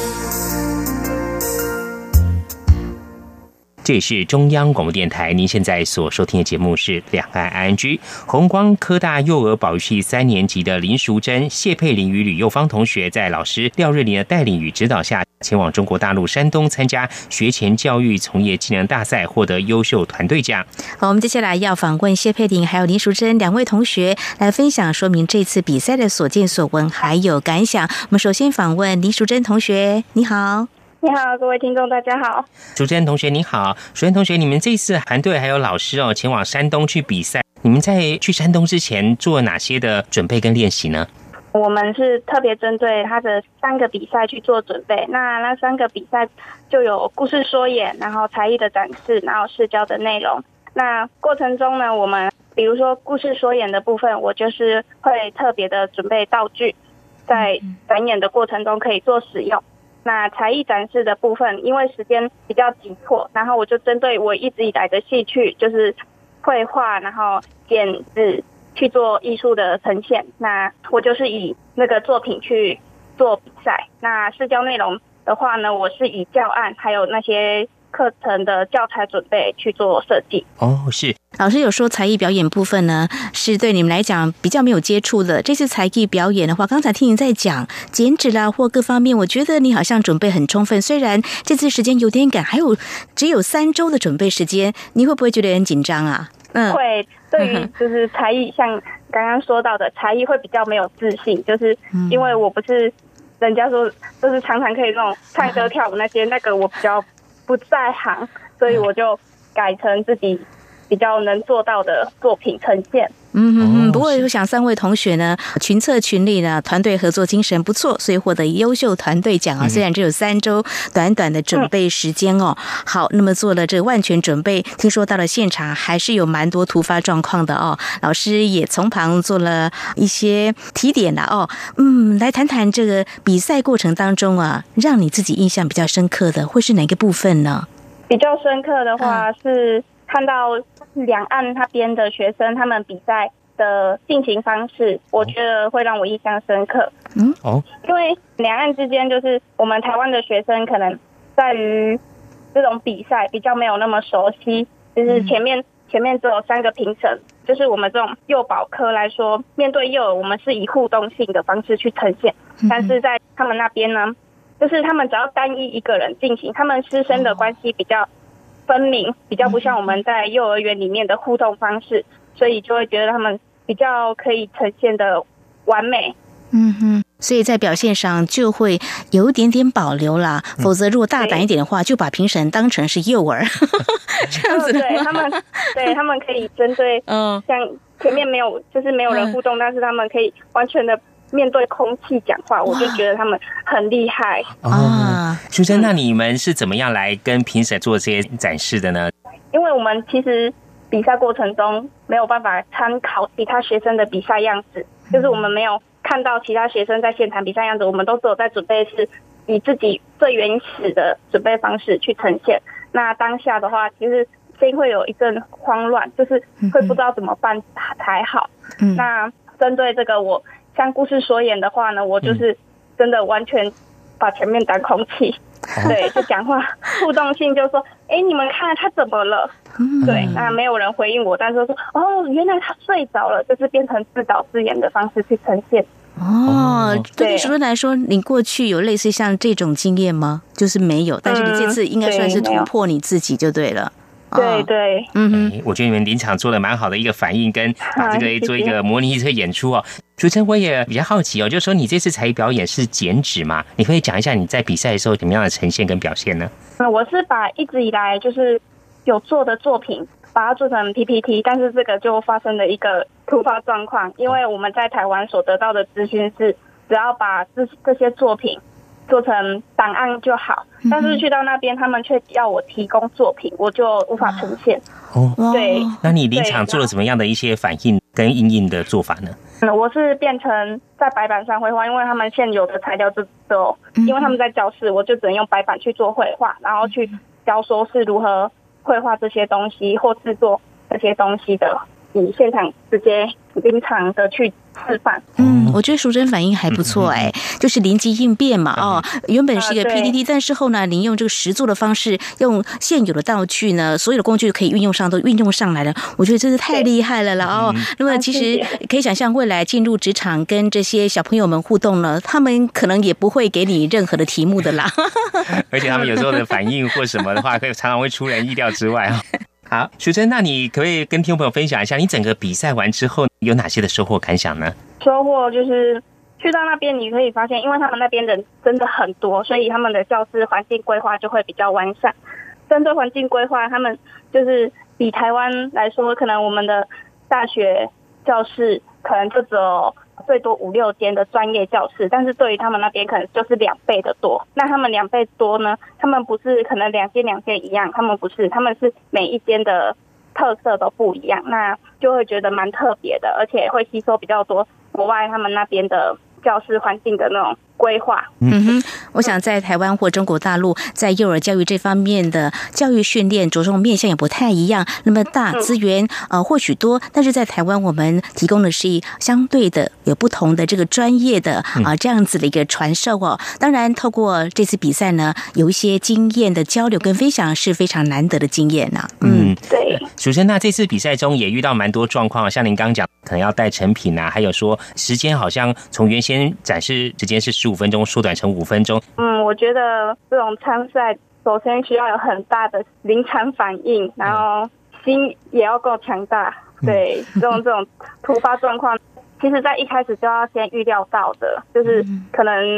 这里是中央广播电台，您现在所收听的节目是两岸 I N G。 弘光科大幼儿保育系三年级的林淑珍、谢佩玲与吕幼芳同学，在老师廖瑞麟的带领与指导下，前往中国大陆山东参加学前教育从业技能大赛，获得优秀团队奖。
好，我们接下来要访问谢佩玲还有林淑珍两位同学，来分享说明这次比赛的所见所闻还有感想。我们首先访问林淑珍同学，你好。
你好，各位听众，大家好。
淑珍同学你好。淑珍同学，你们这次团队还有老师哦，前往山东去比赛，你们在去山东之前做哪些的准备跟练习呢？
我们是特别针对他的三个比赛去做准备，那那三个比赛就有故事说演，然后才艺的展示，然后视教的内容。那过程中呢，我们比如说故事说演的部分，我就是会特别的准备道具，在展演的过程中可以做使用。那才艺展示的部分，因为时间比较紧迫，然后我就针对我一直以来的兴趣，就是绘画，然后剪纸去做艺术的呈现。那我就是以那个作品去做比赛。那视教内容的话呢，我是以教案还有那些课程的教材准备去做设计。
哦，是。
老师有说才艺表演部分呢，是对你们来讲比较没有接触的。这次才艺表演的话，刚才听你在讲剪纸啦或各方面，我觉得你好像准备很充分。虽然这次时间有点赶，还有只有三周的准备时间，你会不会觉得很紧张啊？
嗯，会。对于就是才艺，像刚刚说到的才艺，会比较没有自信，就是因为我不是人家说就是常常可以那种唱歌跳舞那些，那个我比较不在行，所以我就改成自己比较能做到的作品呈现。
嗯嗯嗯，不过我想三位同学呢，群策群力呢，团队合作精神不错，所以获得优秀团队奖啊。虽然只有三周短短的准备时间哦，好，那么做了这个万全准备，听说到了现场还是有蛮多突发状况的哦。老师也从旁做了一些提点了哦。嗯，来谈谈这个比赛过程当中啊，让你自己印象比较深刻的会是哪个部分呢？
比较深刻的话是看到两岸那边的学生他们比赛的进行方式，我觉得会让我印象深刻。嗯，哦，因为两岸之间就是我们台湾的学生可能在于这种比赛比较没有那么熟悉，就是前面、嗯、前面只有三个评审，就是我们这种幼保科来说，面对幼儿我们是以互动性的方式去呈现，但是在他们那边呢，就是他们只要单一一个人进行，他们师生的关系比较分明，比较不像我们在幼儿园里面的互动方式，所以就会觉得他们比较可以呈现的完美。
嗯哼，所以在表现上就会有一点点保留啦，嗯、否则如果大胆一点的话，就把评审当成是幼儿，这样子的、
哦、对他们，对他们可以针对，嗯，像前面没有就是没有人互动，嗯、但是他们可以完全的面对空气讲话，我就觉得他们很厉害
啊。淑珍，那你们是怎么样来跟评审做这些展示的呢？
因为我们其实比赛过程中没有办法参考其他学生的比赛样子，就是我们没有看到其他学生在现场比赛样子，我们都只有在准备是以自己最原始的准备方式去呈现。那当下的话，其实先会有一阵慌乱，就是会不知道怎么办才好。嗯、那针对这个，我像故事说演的话呢，我就是真的完全把前面当空气。对，就讲话互动性，就说，哎，你们看他怎么了？嗯、对，那没有人回应我，但是说，哦，原来他睡着了，就是变成自导自演的方式去呈现。
哦，对淑珍来说，你过去有类似像这种经验吗？就是没有，但是你这次应该算是突破你自己就对了。
对对，
嗯哼，我觉得你们临场做了蛮好的一个反应，跟把这个做一个模拟这个演出哦。淑珍，我也比较好奇哦，就是说你这次才艺表演是剪纸嘛？你可以讲一下你在比赛的时候怎么样的呈现跟表现呢？
嗯，我是把一直以来就是有做的作品，把它做成 P P T， 但是这个就发生了一个突发状况，因为我们在台湾所得到的资讯是，只要把这这些作品做成档案就好，但是去到那边他们却要我提供作品，我就无法呈现。哦，对，
那你临场做了怎么样的一些反应跟因应的做法呢？
嗯，我是变成在白板上绘画，因为他们现有的材料就只有，因为他们在教室，我就只能用白板去做绘画，然后去教说是如何绘画这些东西或制作这些东西的，以现场直接临场的去示范。
嗯，我觉得淑珍反应还不错哎、欸，就是临机应变嘛哦，原本是一个 P P T，、啊、但是后呢，您用这个实作的方式，用现有的道具呢，所有的工具可以运用上都运用上来了，我觉得真是太厉害了了哦。那么其实可以想象，未来进入职场跟这些小朋友们互动呢，他们可能也不会给你任何的题目的啦。
而且他们有时候的反应或什么的话，会常常会出人意料之外啊。好，淑珍，那你可不可以跟听众朋友分享一下，你整个比赛完之后有哪些的收获感想呢？
收获就是去到那边，你可以发现，因为他们那边人真的很多，所以他们的教室环境规划就会比较完善。针对环境规划，他们就是比台湾来说，可能我们的大学教室可能就只有最多五六间的专业教室，但是对于他们那边可能就是两倍的多。那他们两倍多呢，他们不是可能两间两间一样，他们不是，他们是每一间的特色都不一样，那就会觉得蛮特别的，而且会吸收比较多国外他们那边的教室环境的那种规划。
嗯哼，我想在台湾或中国大陆，在幼儿教育这方面的教育训练着重面向也不太一样，那么大资源呃或许多，但是在台湾我们提供的是相对的有不同的这个专业的啊、呃、这样子的一个传授哦。当然，透过这次比赛呢，有一些经验的交流跟分享是非常难得的经验呐、啊。
嗯，对。淑珍，那这次比赛中也遇到蛮多状况，像您刚刚讲，可能要带成品啊，还有说时间好像从原先展示时间是十五分钟缩短成五分钟。
嗯，我觉得这种参赛首先需要有很大的临场反应，然后心也要够强大。对，这种这种突发状况，其实在一开始就要先预料到的，就是可能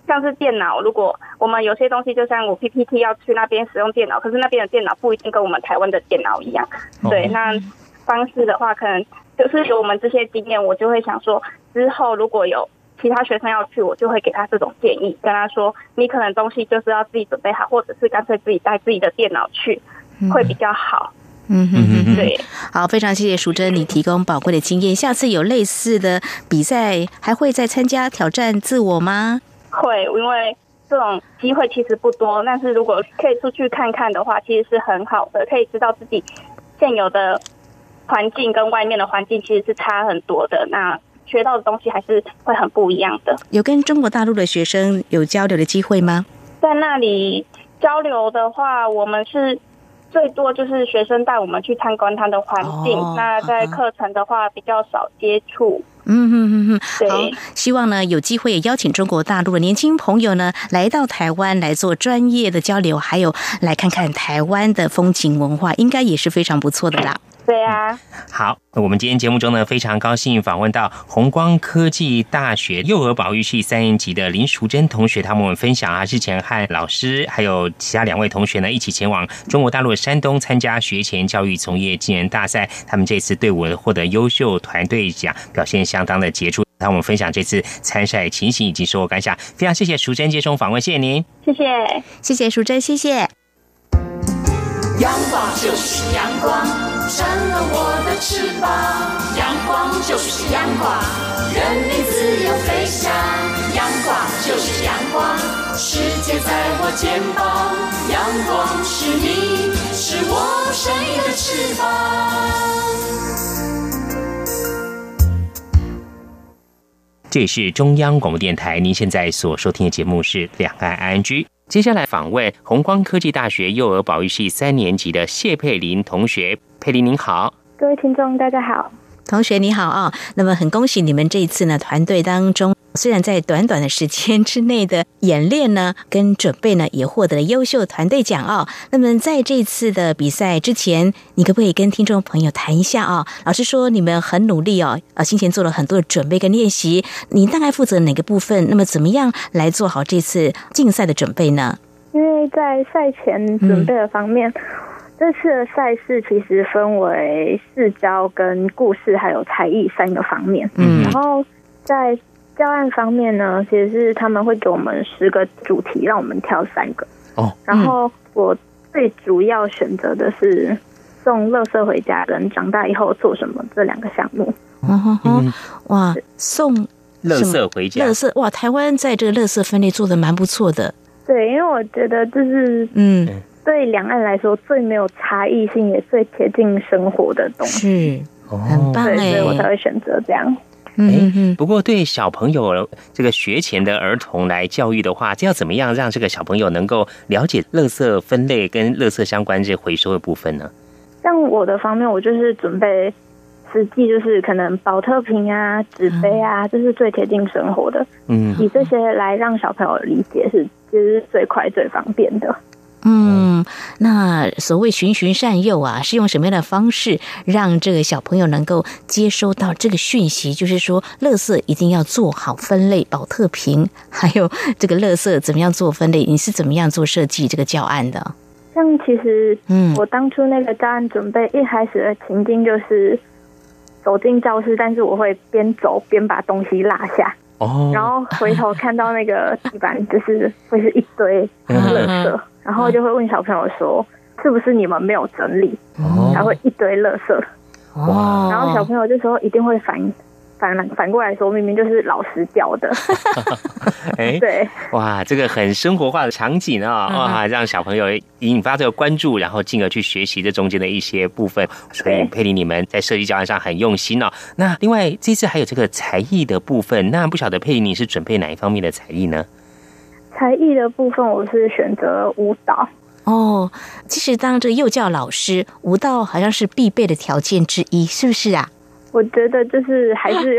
像是电脑，如果我们有些东西，就像我 P P T 要去那边使用电脑，可是那边的电脑不一定跟我们台湾的电脑一样。对，那方式的话，可能就是有我们这些经验，我就会想说，之后如果有其他学生要去，我就会给他这种建议，跟他说，你可能东西就是要自己准备好，或者是干脆自己带自己的电脑去，会比较好。
嗯哼哼哼，
对，
好，非常谢谢淑珍你提供宝贵的经验。下次有类似的比赛，还会再参加挑战自我吗？
会，因为这种机会其实不多，但是如果可以出去看看的话，其实是很好的，可以知道自己现有的环境跟外面的环境其实是差很多的，那学到的东西还是会很不一样的。
有跟中国大陆的学生有交流的机会吗？
在那里交流的话，我们是最多就是学生带我们去参观他的环境，哦、那在课程的话比较少接触。
嗯哼哼哼，
对，
好，希望呢有机会也邀请中国大陆的年轻朋友呢来到台湾来做专业的交流，还有来看看台湾的风情文化，应该也是非常不错的啦。
对啊，
好，我们今天节目中呢，非常高兴访问到弘光科技大学幼儿保育系三年级的林淑珍同学，他们分享啊，之前和老师还有其他两位同学呢，一起前往中国大陆的山东参加学前教育从业技能大赛，他们这次队伍获得优秀团队奖，表现相当的杰出。让我们分享这次参赛情形以及收获感想，非常谢谢淑珍接受访问，谢谢您，
谢谢，
谢谢淑珍，谢谢。
阳光就是阳光，扇了我的翅膀，阳光就是阳光，人民自由飞翔。阳光就是阳光，世界在我肩膀，阳光是你，是我生命的翅膀。
这里是中央广播电台，您现在所收听的节目是两岸 I N G。接下来访问弘光科技大学幼儿保育系三年级的谢佩琳同学，佩琳您好。
各位听众大家好。
同学你好啊、哦，那么很恭喜你们这一次呢，团队当中虽然在短短的时间之内的演练呢跟准备呢，也获得了优秀团队奖哦。那么在这次的比赛之前，你可不可以跟听众朋友谈一下啊、哦？老师说你们很努力哦，呃，先前做了很多的准备跟练习，你大概负责哪个部分？那么怎么样来做好这次竞赛的准备呢？
因为在赛前准备的方面。嗯这次的赛事其实分为视教跟故事还有才艺三个方面，嗯，然后在教案方面呢，其实是他们会给我们十个主题，让我们挑三个，哦，然后我最主要选择的是送垃圾回家跟长大以后做什么这两个项目。
哦哦，哇，送
垃圾回家，
垃圾哇，台湾在这个垃圾分类做得蛮不错的。
对，因为我觉得这是嗯。对两岸来说最没有差异性也最贴近生活的东西，
是很棒哎，
所以我才会选择这样。
嗯嗯。不过对小朋友这个学前的儿童来教育的话，这要怎么样让这个小朋友能够了解垃圾分类跟垃圾相关这回收的部分呢？
像我的方面，我就是准备实际就是可能保特瓶啊、纸杯啊，这、嗯、是最贴近生活的。嗯，以这些来让小朋友理解是，其实是最快最方便的。
嗯，那所谓循循善诱啊，是用什么样的方式让这个小朋友能够接收到这个讯息？就是说，垃圾一定要做好分类，保特瓶，还有这个垃圾怎么样做分类？你是怎么样做设计这个教案的？
像其实，嗯，我当初那个教案准备一开始的情境就是走进教室，但是我会边走边把东西落下。哦，然后回头看到那个地板，就是会是一堆垃圾，然后就会问小朋友说，是不是你们没有整理，才会一堆垃圾？哇！然后小朋友这时候一定会反反反过来说，明明就是老师教的。
哎，对，哇，这个很生活化的场景啊、哦，哇，让小朋友引发这个关注，然后进而去学习这中间的一些部分。所以佩琳你们在设计教案上很用心哦。那另外这次还有这个才艺的部分，那不晓得佩琳你是准备哪一方面的才艺呢？
才艺的部分我是选择舞蹈。
哦，其实当这个幼教老师，舞蹈好像是必备的条件之一，是不是啊？
我觉得就是还是要有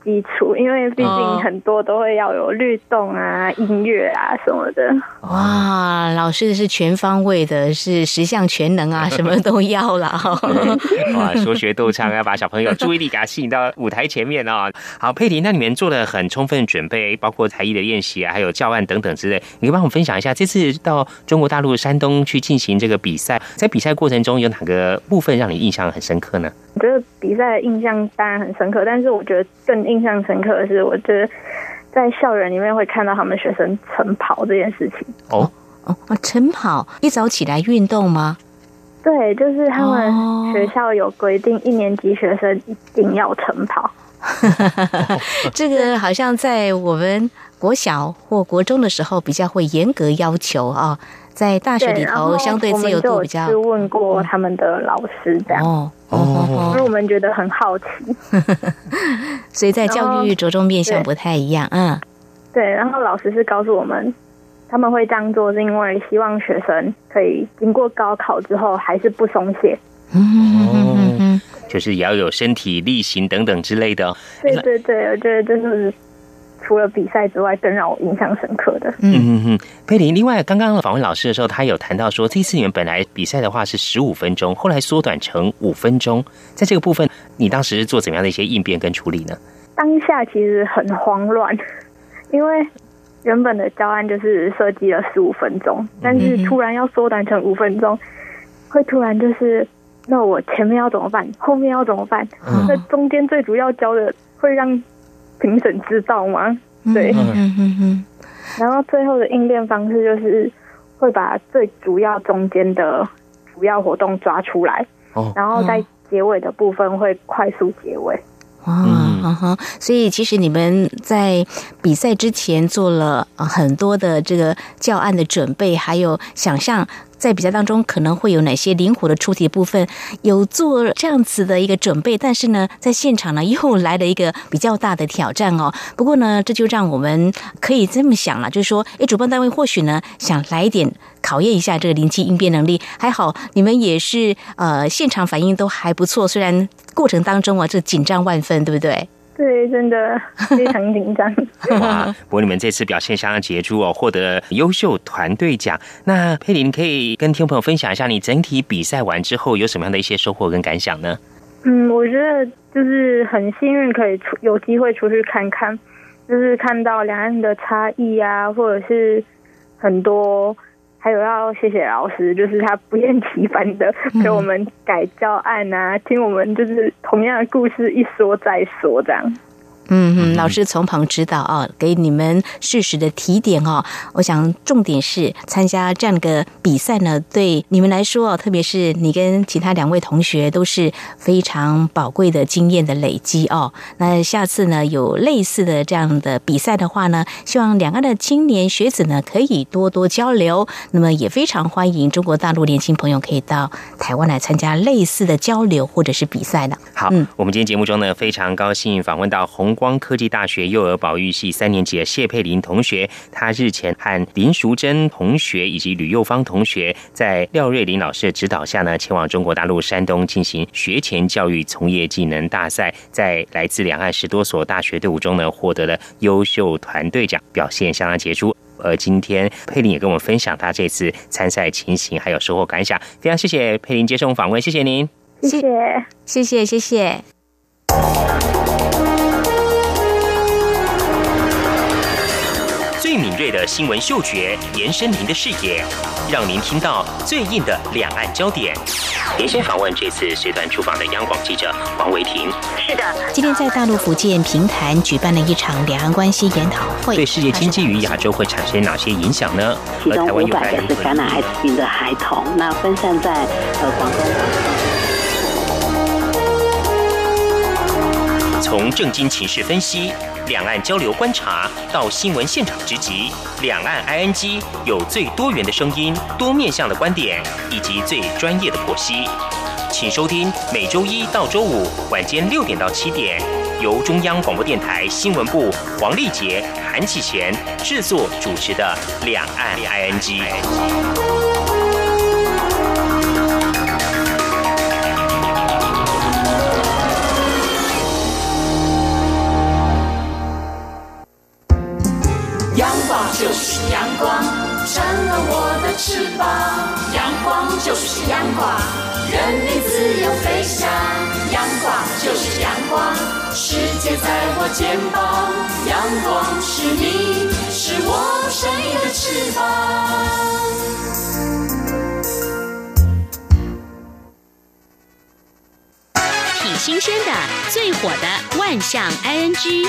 基础，因为毕竟很多都会要有律动啊、音乐啊什么的。
哇，老师是全方位的，是十项全能啊，什么都要了。
哇，说学逗唱要把小朋友注意力给他吸引到舞台前面哦。好，佩玲，那你们做了很充分准备，包括才艺的练习啊，还有教案等等之类，你可以帮我们分享一下，这次到中国大陆山东去进行这个比赛，在比赛过程中有哪个部分让你印象很深刻呢？
我觉得比赛的印象当然很深刻，但是我觉得更印象深刻的是，我觉得在校园里面会看到他们学生晨跑这件事情。
哦哦，晨跑，一早起来运动吗？
对，就是他们学校有规定，一年级学生一定要晨跑。
这个好像在我们国小或国中的时候比较会严格要求啊。在大学里头，相对自由度比较。
我们就有问过他们的老师，这样哦哦，因为我们觉得很好奇，
所以在教育着重面向不太一样，嗯，
对。然后老师是告诉我们，他们会这样做是因为希望学生可以经过高考之后还是不松懈，
嗯嗯，就是也要有身体力行等等之类的。
对对对，我觉得这是。除了比赛之外，更让我印象深刻的。
嗯嗯嗯，佩玲，另外刚刚访问老师的时候，他有谈到说，这次你们本来比赛的话是十五分钟，后来缩短成五分钟。在这个部分，你当时是做怎么样的一些应变跟处理呢？
当下其实很慌乱，因为原本的教案就是设计了十五分钟，但是突然要缩短成五分钟，会突然就是，那我前面要怎么办？后面要怎么办？嗯、那中间最主要教的会让评审知道吗？对，嗯嗯嗯。然后最后的应变方式就是会把最主要中间的主要活动抓出来，哦、然后在结尾的部分会快速结尾。
哇、嗯嗯，所以其实你们在比赛之前做了很多的这个教案的准备，还有想象在比赛当中可能会有哪些灵活的出题部分，有做这样子的一个准备，但是呢，在现场呢又来了一个比较大的挑战哦。不过呢，这就让我们可以这么想了，就是说，哎，主办单位或许呢想来一点考验一下这个临机应变能力。还好你们也是呃现场反应都还不错，虽然过程当中啊这紧张万分，对不对？
对，真的非常紧张。
哇！不过你们这次表现相当杰出哦，获得优秀团队奖。那佩玲可以跟听众朋友分享一下，你整体比赛完之后有什么样的一些收获跟感想呢？
嗯，我觉得就是很幸运可以出有机会出去看看，就是看到两岸的差异啊，或者是很多。还有要谢谢老师，就是他不厌其烦的给我们改教案啊，嗯、听我们就是同样的故事一说再说这样。
嗯嗯，老师从旁指导啊，给你们适时的提点哦。我想重点是参加这样的比赛呢，对你们来说，特别是你跟其他两位同学都是非常宝贵的经验的累积哦。那下次呢有类似的这样的比赛的话呢，希望两岸的青年学子呢可以多多交流。那么也非常欢迎中国大陆年轻朋友可以到台湾来参加类似的交流或者是比赛呢。
好，嗯、我们今天节目中呢非常高兴访问到红光科技大学幼儿保育系三年级的谢佩玲同学，她日前和林淑珍同学以及吕幼芳同学在廖瑞麟老师的指导下呢，前往中国大陆山东进行学前教育从业技能大赛，在来自两岸十多所大学队伍中呢，获得了优秀团队奖，表现相当杰出。而今天佩玲也跟我们分享她这次参赛情形还有收获感想，非常谢谢佩玲接受访问，谢谢您，
谢谢，
谢谢，谢谢。
最敏锐的新闻嗅觉，延伸您的视野，让您听到最硬的两岸焦点。连线访问这次随团出访的央广记者王维婷。
是的，
今天在大陆福建平潭举办了一场两岸关系研讨会，
对世界经济与亚洲会产生哪些影响呢？
其中五百个是感染艾滋病的孩童，那分散在呃广东。
从政经情势分析、两岸交流观察到新闻现场直击，两岸 I N G 有最多元的声音、多面向的观点以及最专业的剖析。请收听每周一到周五晚间六点到七点，由中央广播电台新闻部黄丽杰、韩启贤制作主持的《两岸 I N G》。
阳光就是阳光，成了我的翅膀。阳光就是阳光，任你自由飞翔。阳光就是阳光，世界在我肩膀。阳光是你，是我生命的翅膀。
挺新鲜的，最火的万象 I N G。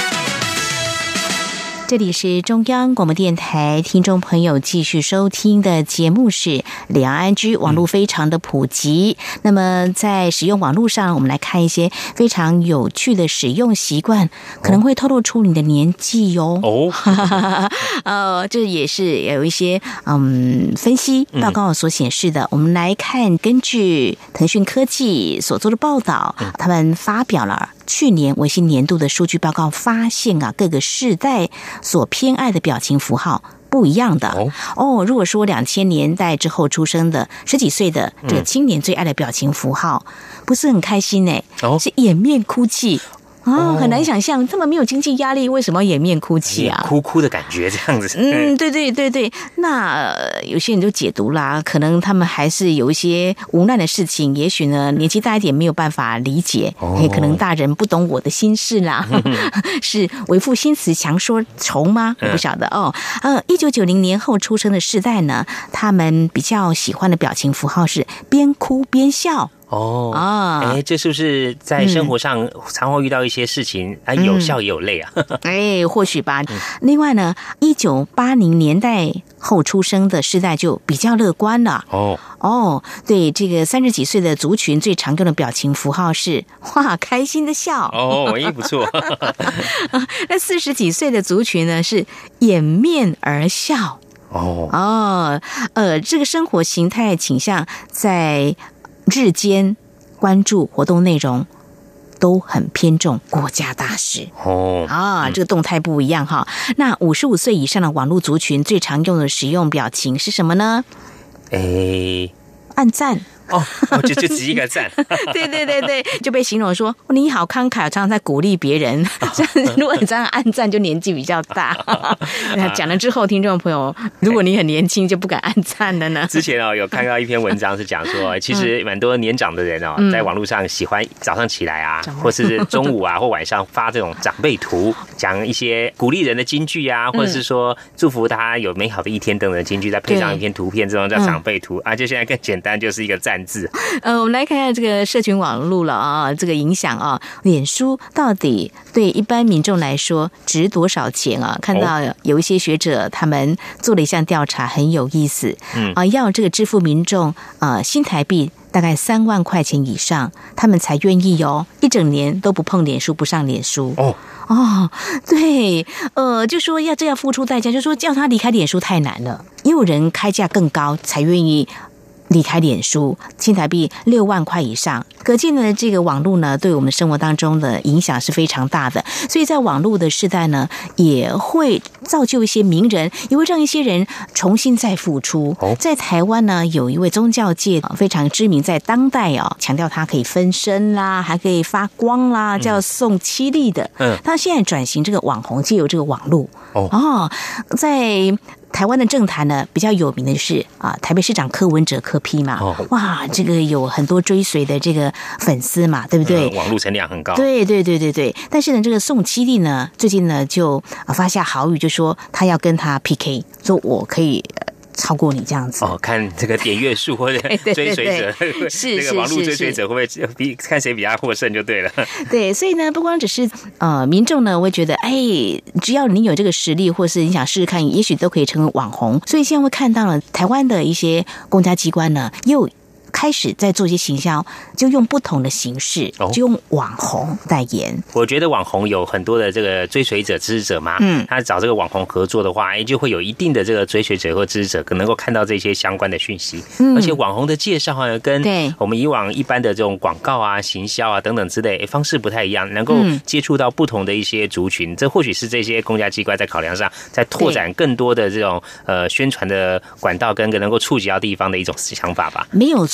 这里是中央广播电台，听众朋友继续收听的节目是两岸 I N G， 网络非常的普及。嗯、那么在使用网络上，我们来看一些非常有趣的使用习惯，可能会透露出你的年纪哟。哦，呃，这也是有一些嗯分析报告所显示的。嗯、我们来看，根据腾讯科技所做的报道，嗯、他们发表了去年微信年度的数据报告，发现啊，各个世代所偏爱的表情符号不一样的哦。哦，如果说两千年代之后出生的十几岁的这个青年最爱的表情符号，嗯、不是很开心呢，哦，是掩面哭泣。啊，很难想象这么没有经济压力，为什么掩面哭泣啊？
哭哭的感觉这样子。
嗯，对对对对。那、呃、有些人就解读啦，可能他们还是有一些无奈的事情，也许呢年纪大一点没有办法理解，哦、可能大人不懂我的心事啦，嗯、是为赋新词强说愁吗？我不晓得哦。呃，一九九零年后出生的世代呢，他们比较喜欢的表情符号是边哭边笑。
哦啊，哎，这是不是在生活上常会遇到一些事情啊？有笑也有泪啊？
哎，或许吧。嗯、另外呢，一九八零年代后出生的世代就比较乐观了。哦哦，对，这个三十几岁的族群最常用的表情符号是哇，开心的笑。
哦，也不错。
那四十几岁的族群呢是掩面而笑。哦哦，呃，这个生活形态倾向在日间关注活动内容都很偏重国家大事哦啊，这个动态不一样哈。那五十五岁以上的网络族群最常用的使用表情是什么呢？诶，按赞。
哦，就就只一个赞，
对对对对，就被形容说你好慷慨，常常在鼓励别人。这样，如果你这样按赞，就年纪比较大。那讲了之后，听众朋友，如果你很年轻，就不敢按赞了呢。
之前哦，有看到一篇文章是讲说，其实蛮多年长的人哦，在网络上喜欢早上起来啊，或是中午啊或晚上发这种长辈图，讲一些鼓励人的金句啊，或者是说祝福他有美好的一天等等的金句，再配上一篇图片，这种叫长辈图啊。就现在更简单，就是一个赞字。
呃，我们来看看这个社群网络了啊，这个影响啊，脸书到底对一般民众来说值多少钱啊？看到有一些学者他们做了一项调查，很有意思。嗯啊，要这个支付民众啊新台币大概三万块钱以上，他们才愿意哦，一整年都不碰脸书，不上脸书哦。哦，对，呃，就说要这样付出代价，就说叫他离开脸书太难了，也有人开价更高才愿意离开脸书，新台币六万块以上，可见呢，这个网络呢，对我们生活当中的影响是非常大的。所以在网络的时代呢，也会造就一些名人，也会让一些人重新再复出。在台湾呢，有一位宗教界非常知名，在当代哦，强调他可以分身啦，还可以发光啦，叫宋七力的。嗯，他现在转型这个网红，借由这个网络哦，哦，在台湾的政坛呢，比较有名的是啊，台北市长柯文哲柯 P 嘛，哦、哇，这个有很多追随的这个粉丝嘛，对不对？
嗯、网络成量很高。
对对对对对。但是呢，这个宋七力呢，最近呢就发下豪语，就说他要跟他 P K， 说我可以超过你这样子
哦，看这个点阅数或者追随者，对对对是这个网络追随者会不会比看谁比较获胜就对了。
对，所以呢，不光只是呃民众呢会觉得，哎，只要你有这个实力，或是你想试试看，也许都可以成为网红。所以现在会看到了台湾的一些公家机关呢，又开始在做一些行销，就用不同的形式，就用网红代言。
我觉得网红有很多的这个追随者、支持者嘛，嗯，他找这个网红合作的话，哎，就会有一定的这个追随者或支持者，可能够看到这些相关的讯息。嗯，而且网红的介绍呢，跟我们以往一般的这种广告啊、行销啊等等之类方式不太一样，能够接触到不同的一些族群。这或许是这些公家机关在考量上，在拓展更多的这种呃宣传的管道，跟能够触及到地方的一种想法吧。
没有错。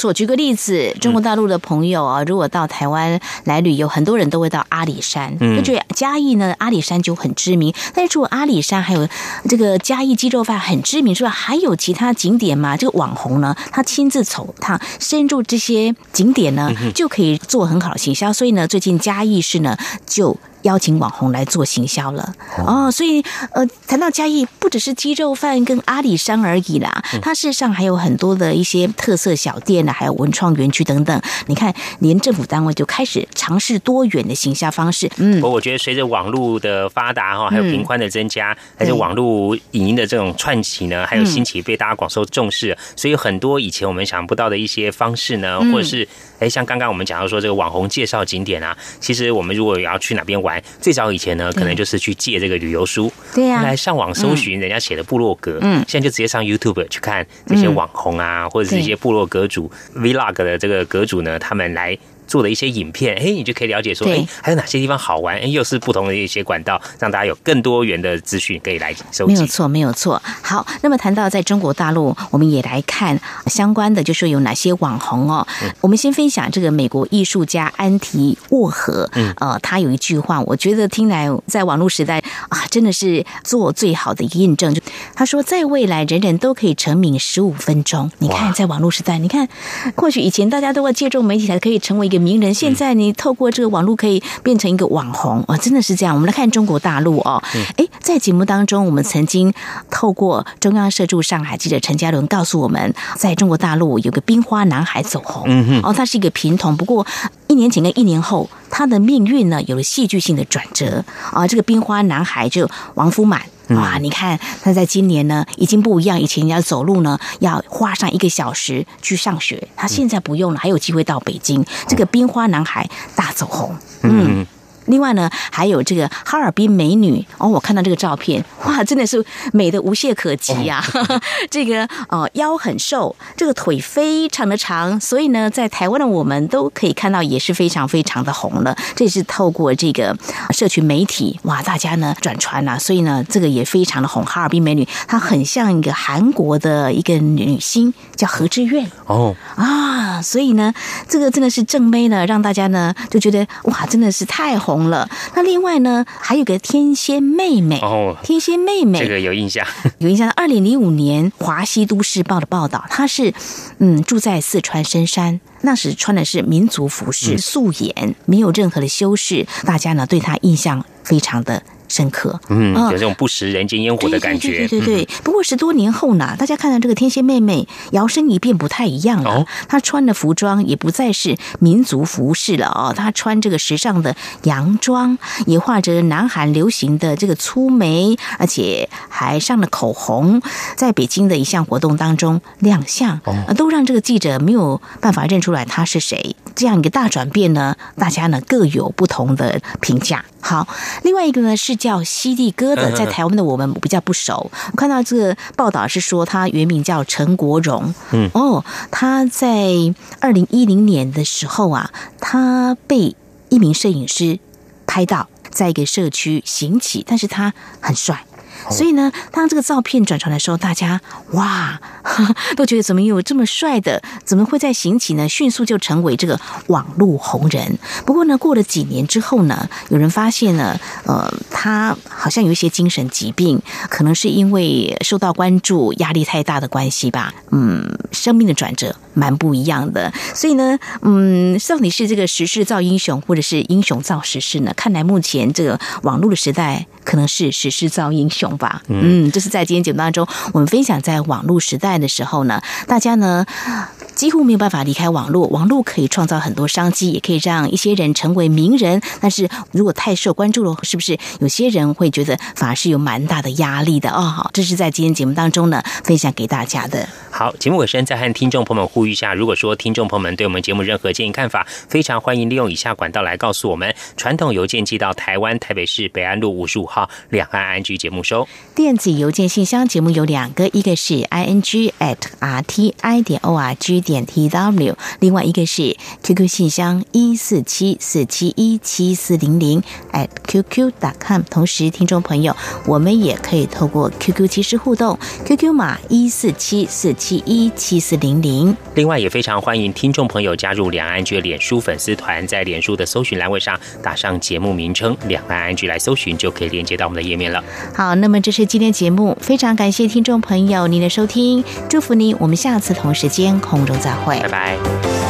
错。举个例子，中国大陆的朋友啊，如果到台湾来旅游，很多人都会到阿里山，就觉得嘉义呢阿里山就很知名。但是除了阿里山，还有这个嘉义鸡肉饭很知名之外，还有其他景点嘛？这个网红呢，他亲自走趟深入这些景点呢，就可以做很好的行销。所以呢，最近嘉义市呢就邀请网红来做行销了哦，所以呃，谈到嘉义，不只是鸡肉饭跟阿里山而已啦，它事实上还有很多的一些特色小店啊，还有文创园区等等。你看，连政府单位就开始尝试多元的行销方式。嗯，
我觉得随着网络的发达哈，还有频宽的增加，还有网络影音的这种串起呢，还有兴起被大家广受重视，所以很多以前我们想不到的一些方式呢，或者是哎，像刚刚我们讲到说这个网红介绍景点啊，其实我们如果要去哪边玩，最早以前呢，可能就是去借这个旅游书，
对呀、啊，
来上网搜寻人家写的部落格，嗯，现在就直接上 YouTube 去看这些网红啊，嗯、或者是一些部落格主 Vlog 的这个格主呢，他们来做的一些影片，哎，你就可以了解说，哎，还有哪些地方好玩，哎，又是不同的一些管道，让大家有更多元的资讯可以来收集。
没有错，没有错。好，那么谈到在中国大陆，我们也来看相关的，就说有哪些网红哦。嗯、我们先分享这个美国艺术家安提沃荷，嗯，呃，他有一句话，我觉得听来在网络时代啊，真的是做最好的一个印证。就他说，在未来人人都可以成名十五分钟。你看，在网络时代，你看，或许以前大家都要借助媒体才可以成为一个名人，现在你透过这个网络可以变成一个网红啊，真的是这样。我们来看中国大陆哦，哎，在节目当中，我们曾经透过中央社驻上海记者陈嘉伦告诉我们，在中国大陆有个冰花男孩走红，嗯哦，他是一个贫童，不过一年前跟一年后，他的命运呢有了戏剧性的转折啊。这个冰花男孩就王福满。哇，你看他在今年呢已经不一样，以前要走路呢要花上一个小时去上学，他现在不用了，还有机会到北京。这个冰花男孩大走红，嗯。另外呢，还有这个哈尔滨美女哦，我看到这个照片，哇，真的是美的无懈可击呀、啊！哦、这个呃腰很瘦，这个腿非常的长，所以呢，在台湾的我们都可以看到，也是非常非常的红了。这是透过这个社群媒体，哇，大家呢转传啊，所以呢，这个也非常的红。哈尔滨美女，她很像一个韩国的一个女星，叫何志苑哦啊，所以呢，这个真的是正妹呢，让大家呢就觉得哇，真的是太红了。那另外呢，还有个天仙妹妹哦，天仙妹妹
这个有印象，
有印象。二零零五年华西都市报的报道，她是嗯住在四川深山，那时穿的是民族服饰，嗯、素颜，没有任何的修饰，大家呢对她印象非常的深刻，
嗯，有这种不食人间烟火的感觉。
对对对对对。不过十多年后呢，大家看到这个天仙妹妹摇身一变不太一样了。哦、她穿的服装也不再是民族服饰了哦，她穿这个时尚的洋装，也画着南韩流行的这个粗眉，而且还上了口红，在北京的一项活动当中亮相，哦、都让这个记者没有办法认出来她是谁。这样一个大转变呢，大家呢各有不同的评价。好，另外一个呢是叫犀利哥的，在台湾的我们比较不熟。我看到这个报道是说他原名叫陈国荣，嗯，哦，他在二零一零年的时候啊，他被一名摄影师拍到在一个社区行乞，但是他很帅。所以呢，当这个照片转传的时候，大家哇都觉得怎么有这么帅的，怎么会在行乞呢？迅速就成为这个网络红人。不过呢，过了几年之后呢，有人发现呢，呃，他好像有一些精神疾病，可能是因为受到关注、压力太大的关系吧。嗯，生命的转折蛮不一样的。所以呢，嗯，到底是这个时势造英雄，或者是英雄造时势呢？看来目前这个网络的时代，可能是时势造英雄吧。嗯，这是在今天节目当中，我们分享在网络时代的时候呢，大家呢几乎没有办法离开网络，网络可以创造很多商机，也可以让一些人成为名人。但是如果太受关注了，是不是有些人会觉得反而是有蛮大的压力的哦？好，这是在今天节目当中呢分享给大家的。
好，节目尾声再和听众朋友们呼吁一下，如果说听众朋友们对我们节目任何建议看法，非常欢迎利用以下管道来告诉我们。传统邮件寄到台湾台北市北安路五十五号两岸 I N G 节目收。
电子邮件信箱节目有两个，一个是 i n g at r t i 点 o r g 点 t w， 另外一个是 Q Q 信箱一四七四七一七四零零 at q q dot com。同时，听众朋友，我们也可以透过 Q Q 即时互动 ，Q Q 码一四七四七。 七一七四零零。
另外也非常欢迎听众朋友加入两岸 I N G 的脸书粉丝团，在脸书的搜寻栏位上打上节目名称两岸 I N G 来搜寻，就可以连接到我们的页面了。
好，那么这是今天节目，非常感谢听众朋友您的收听，祝福您，我们下次同时间空中再会，
拜拜。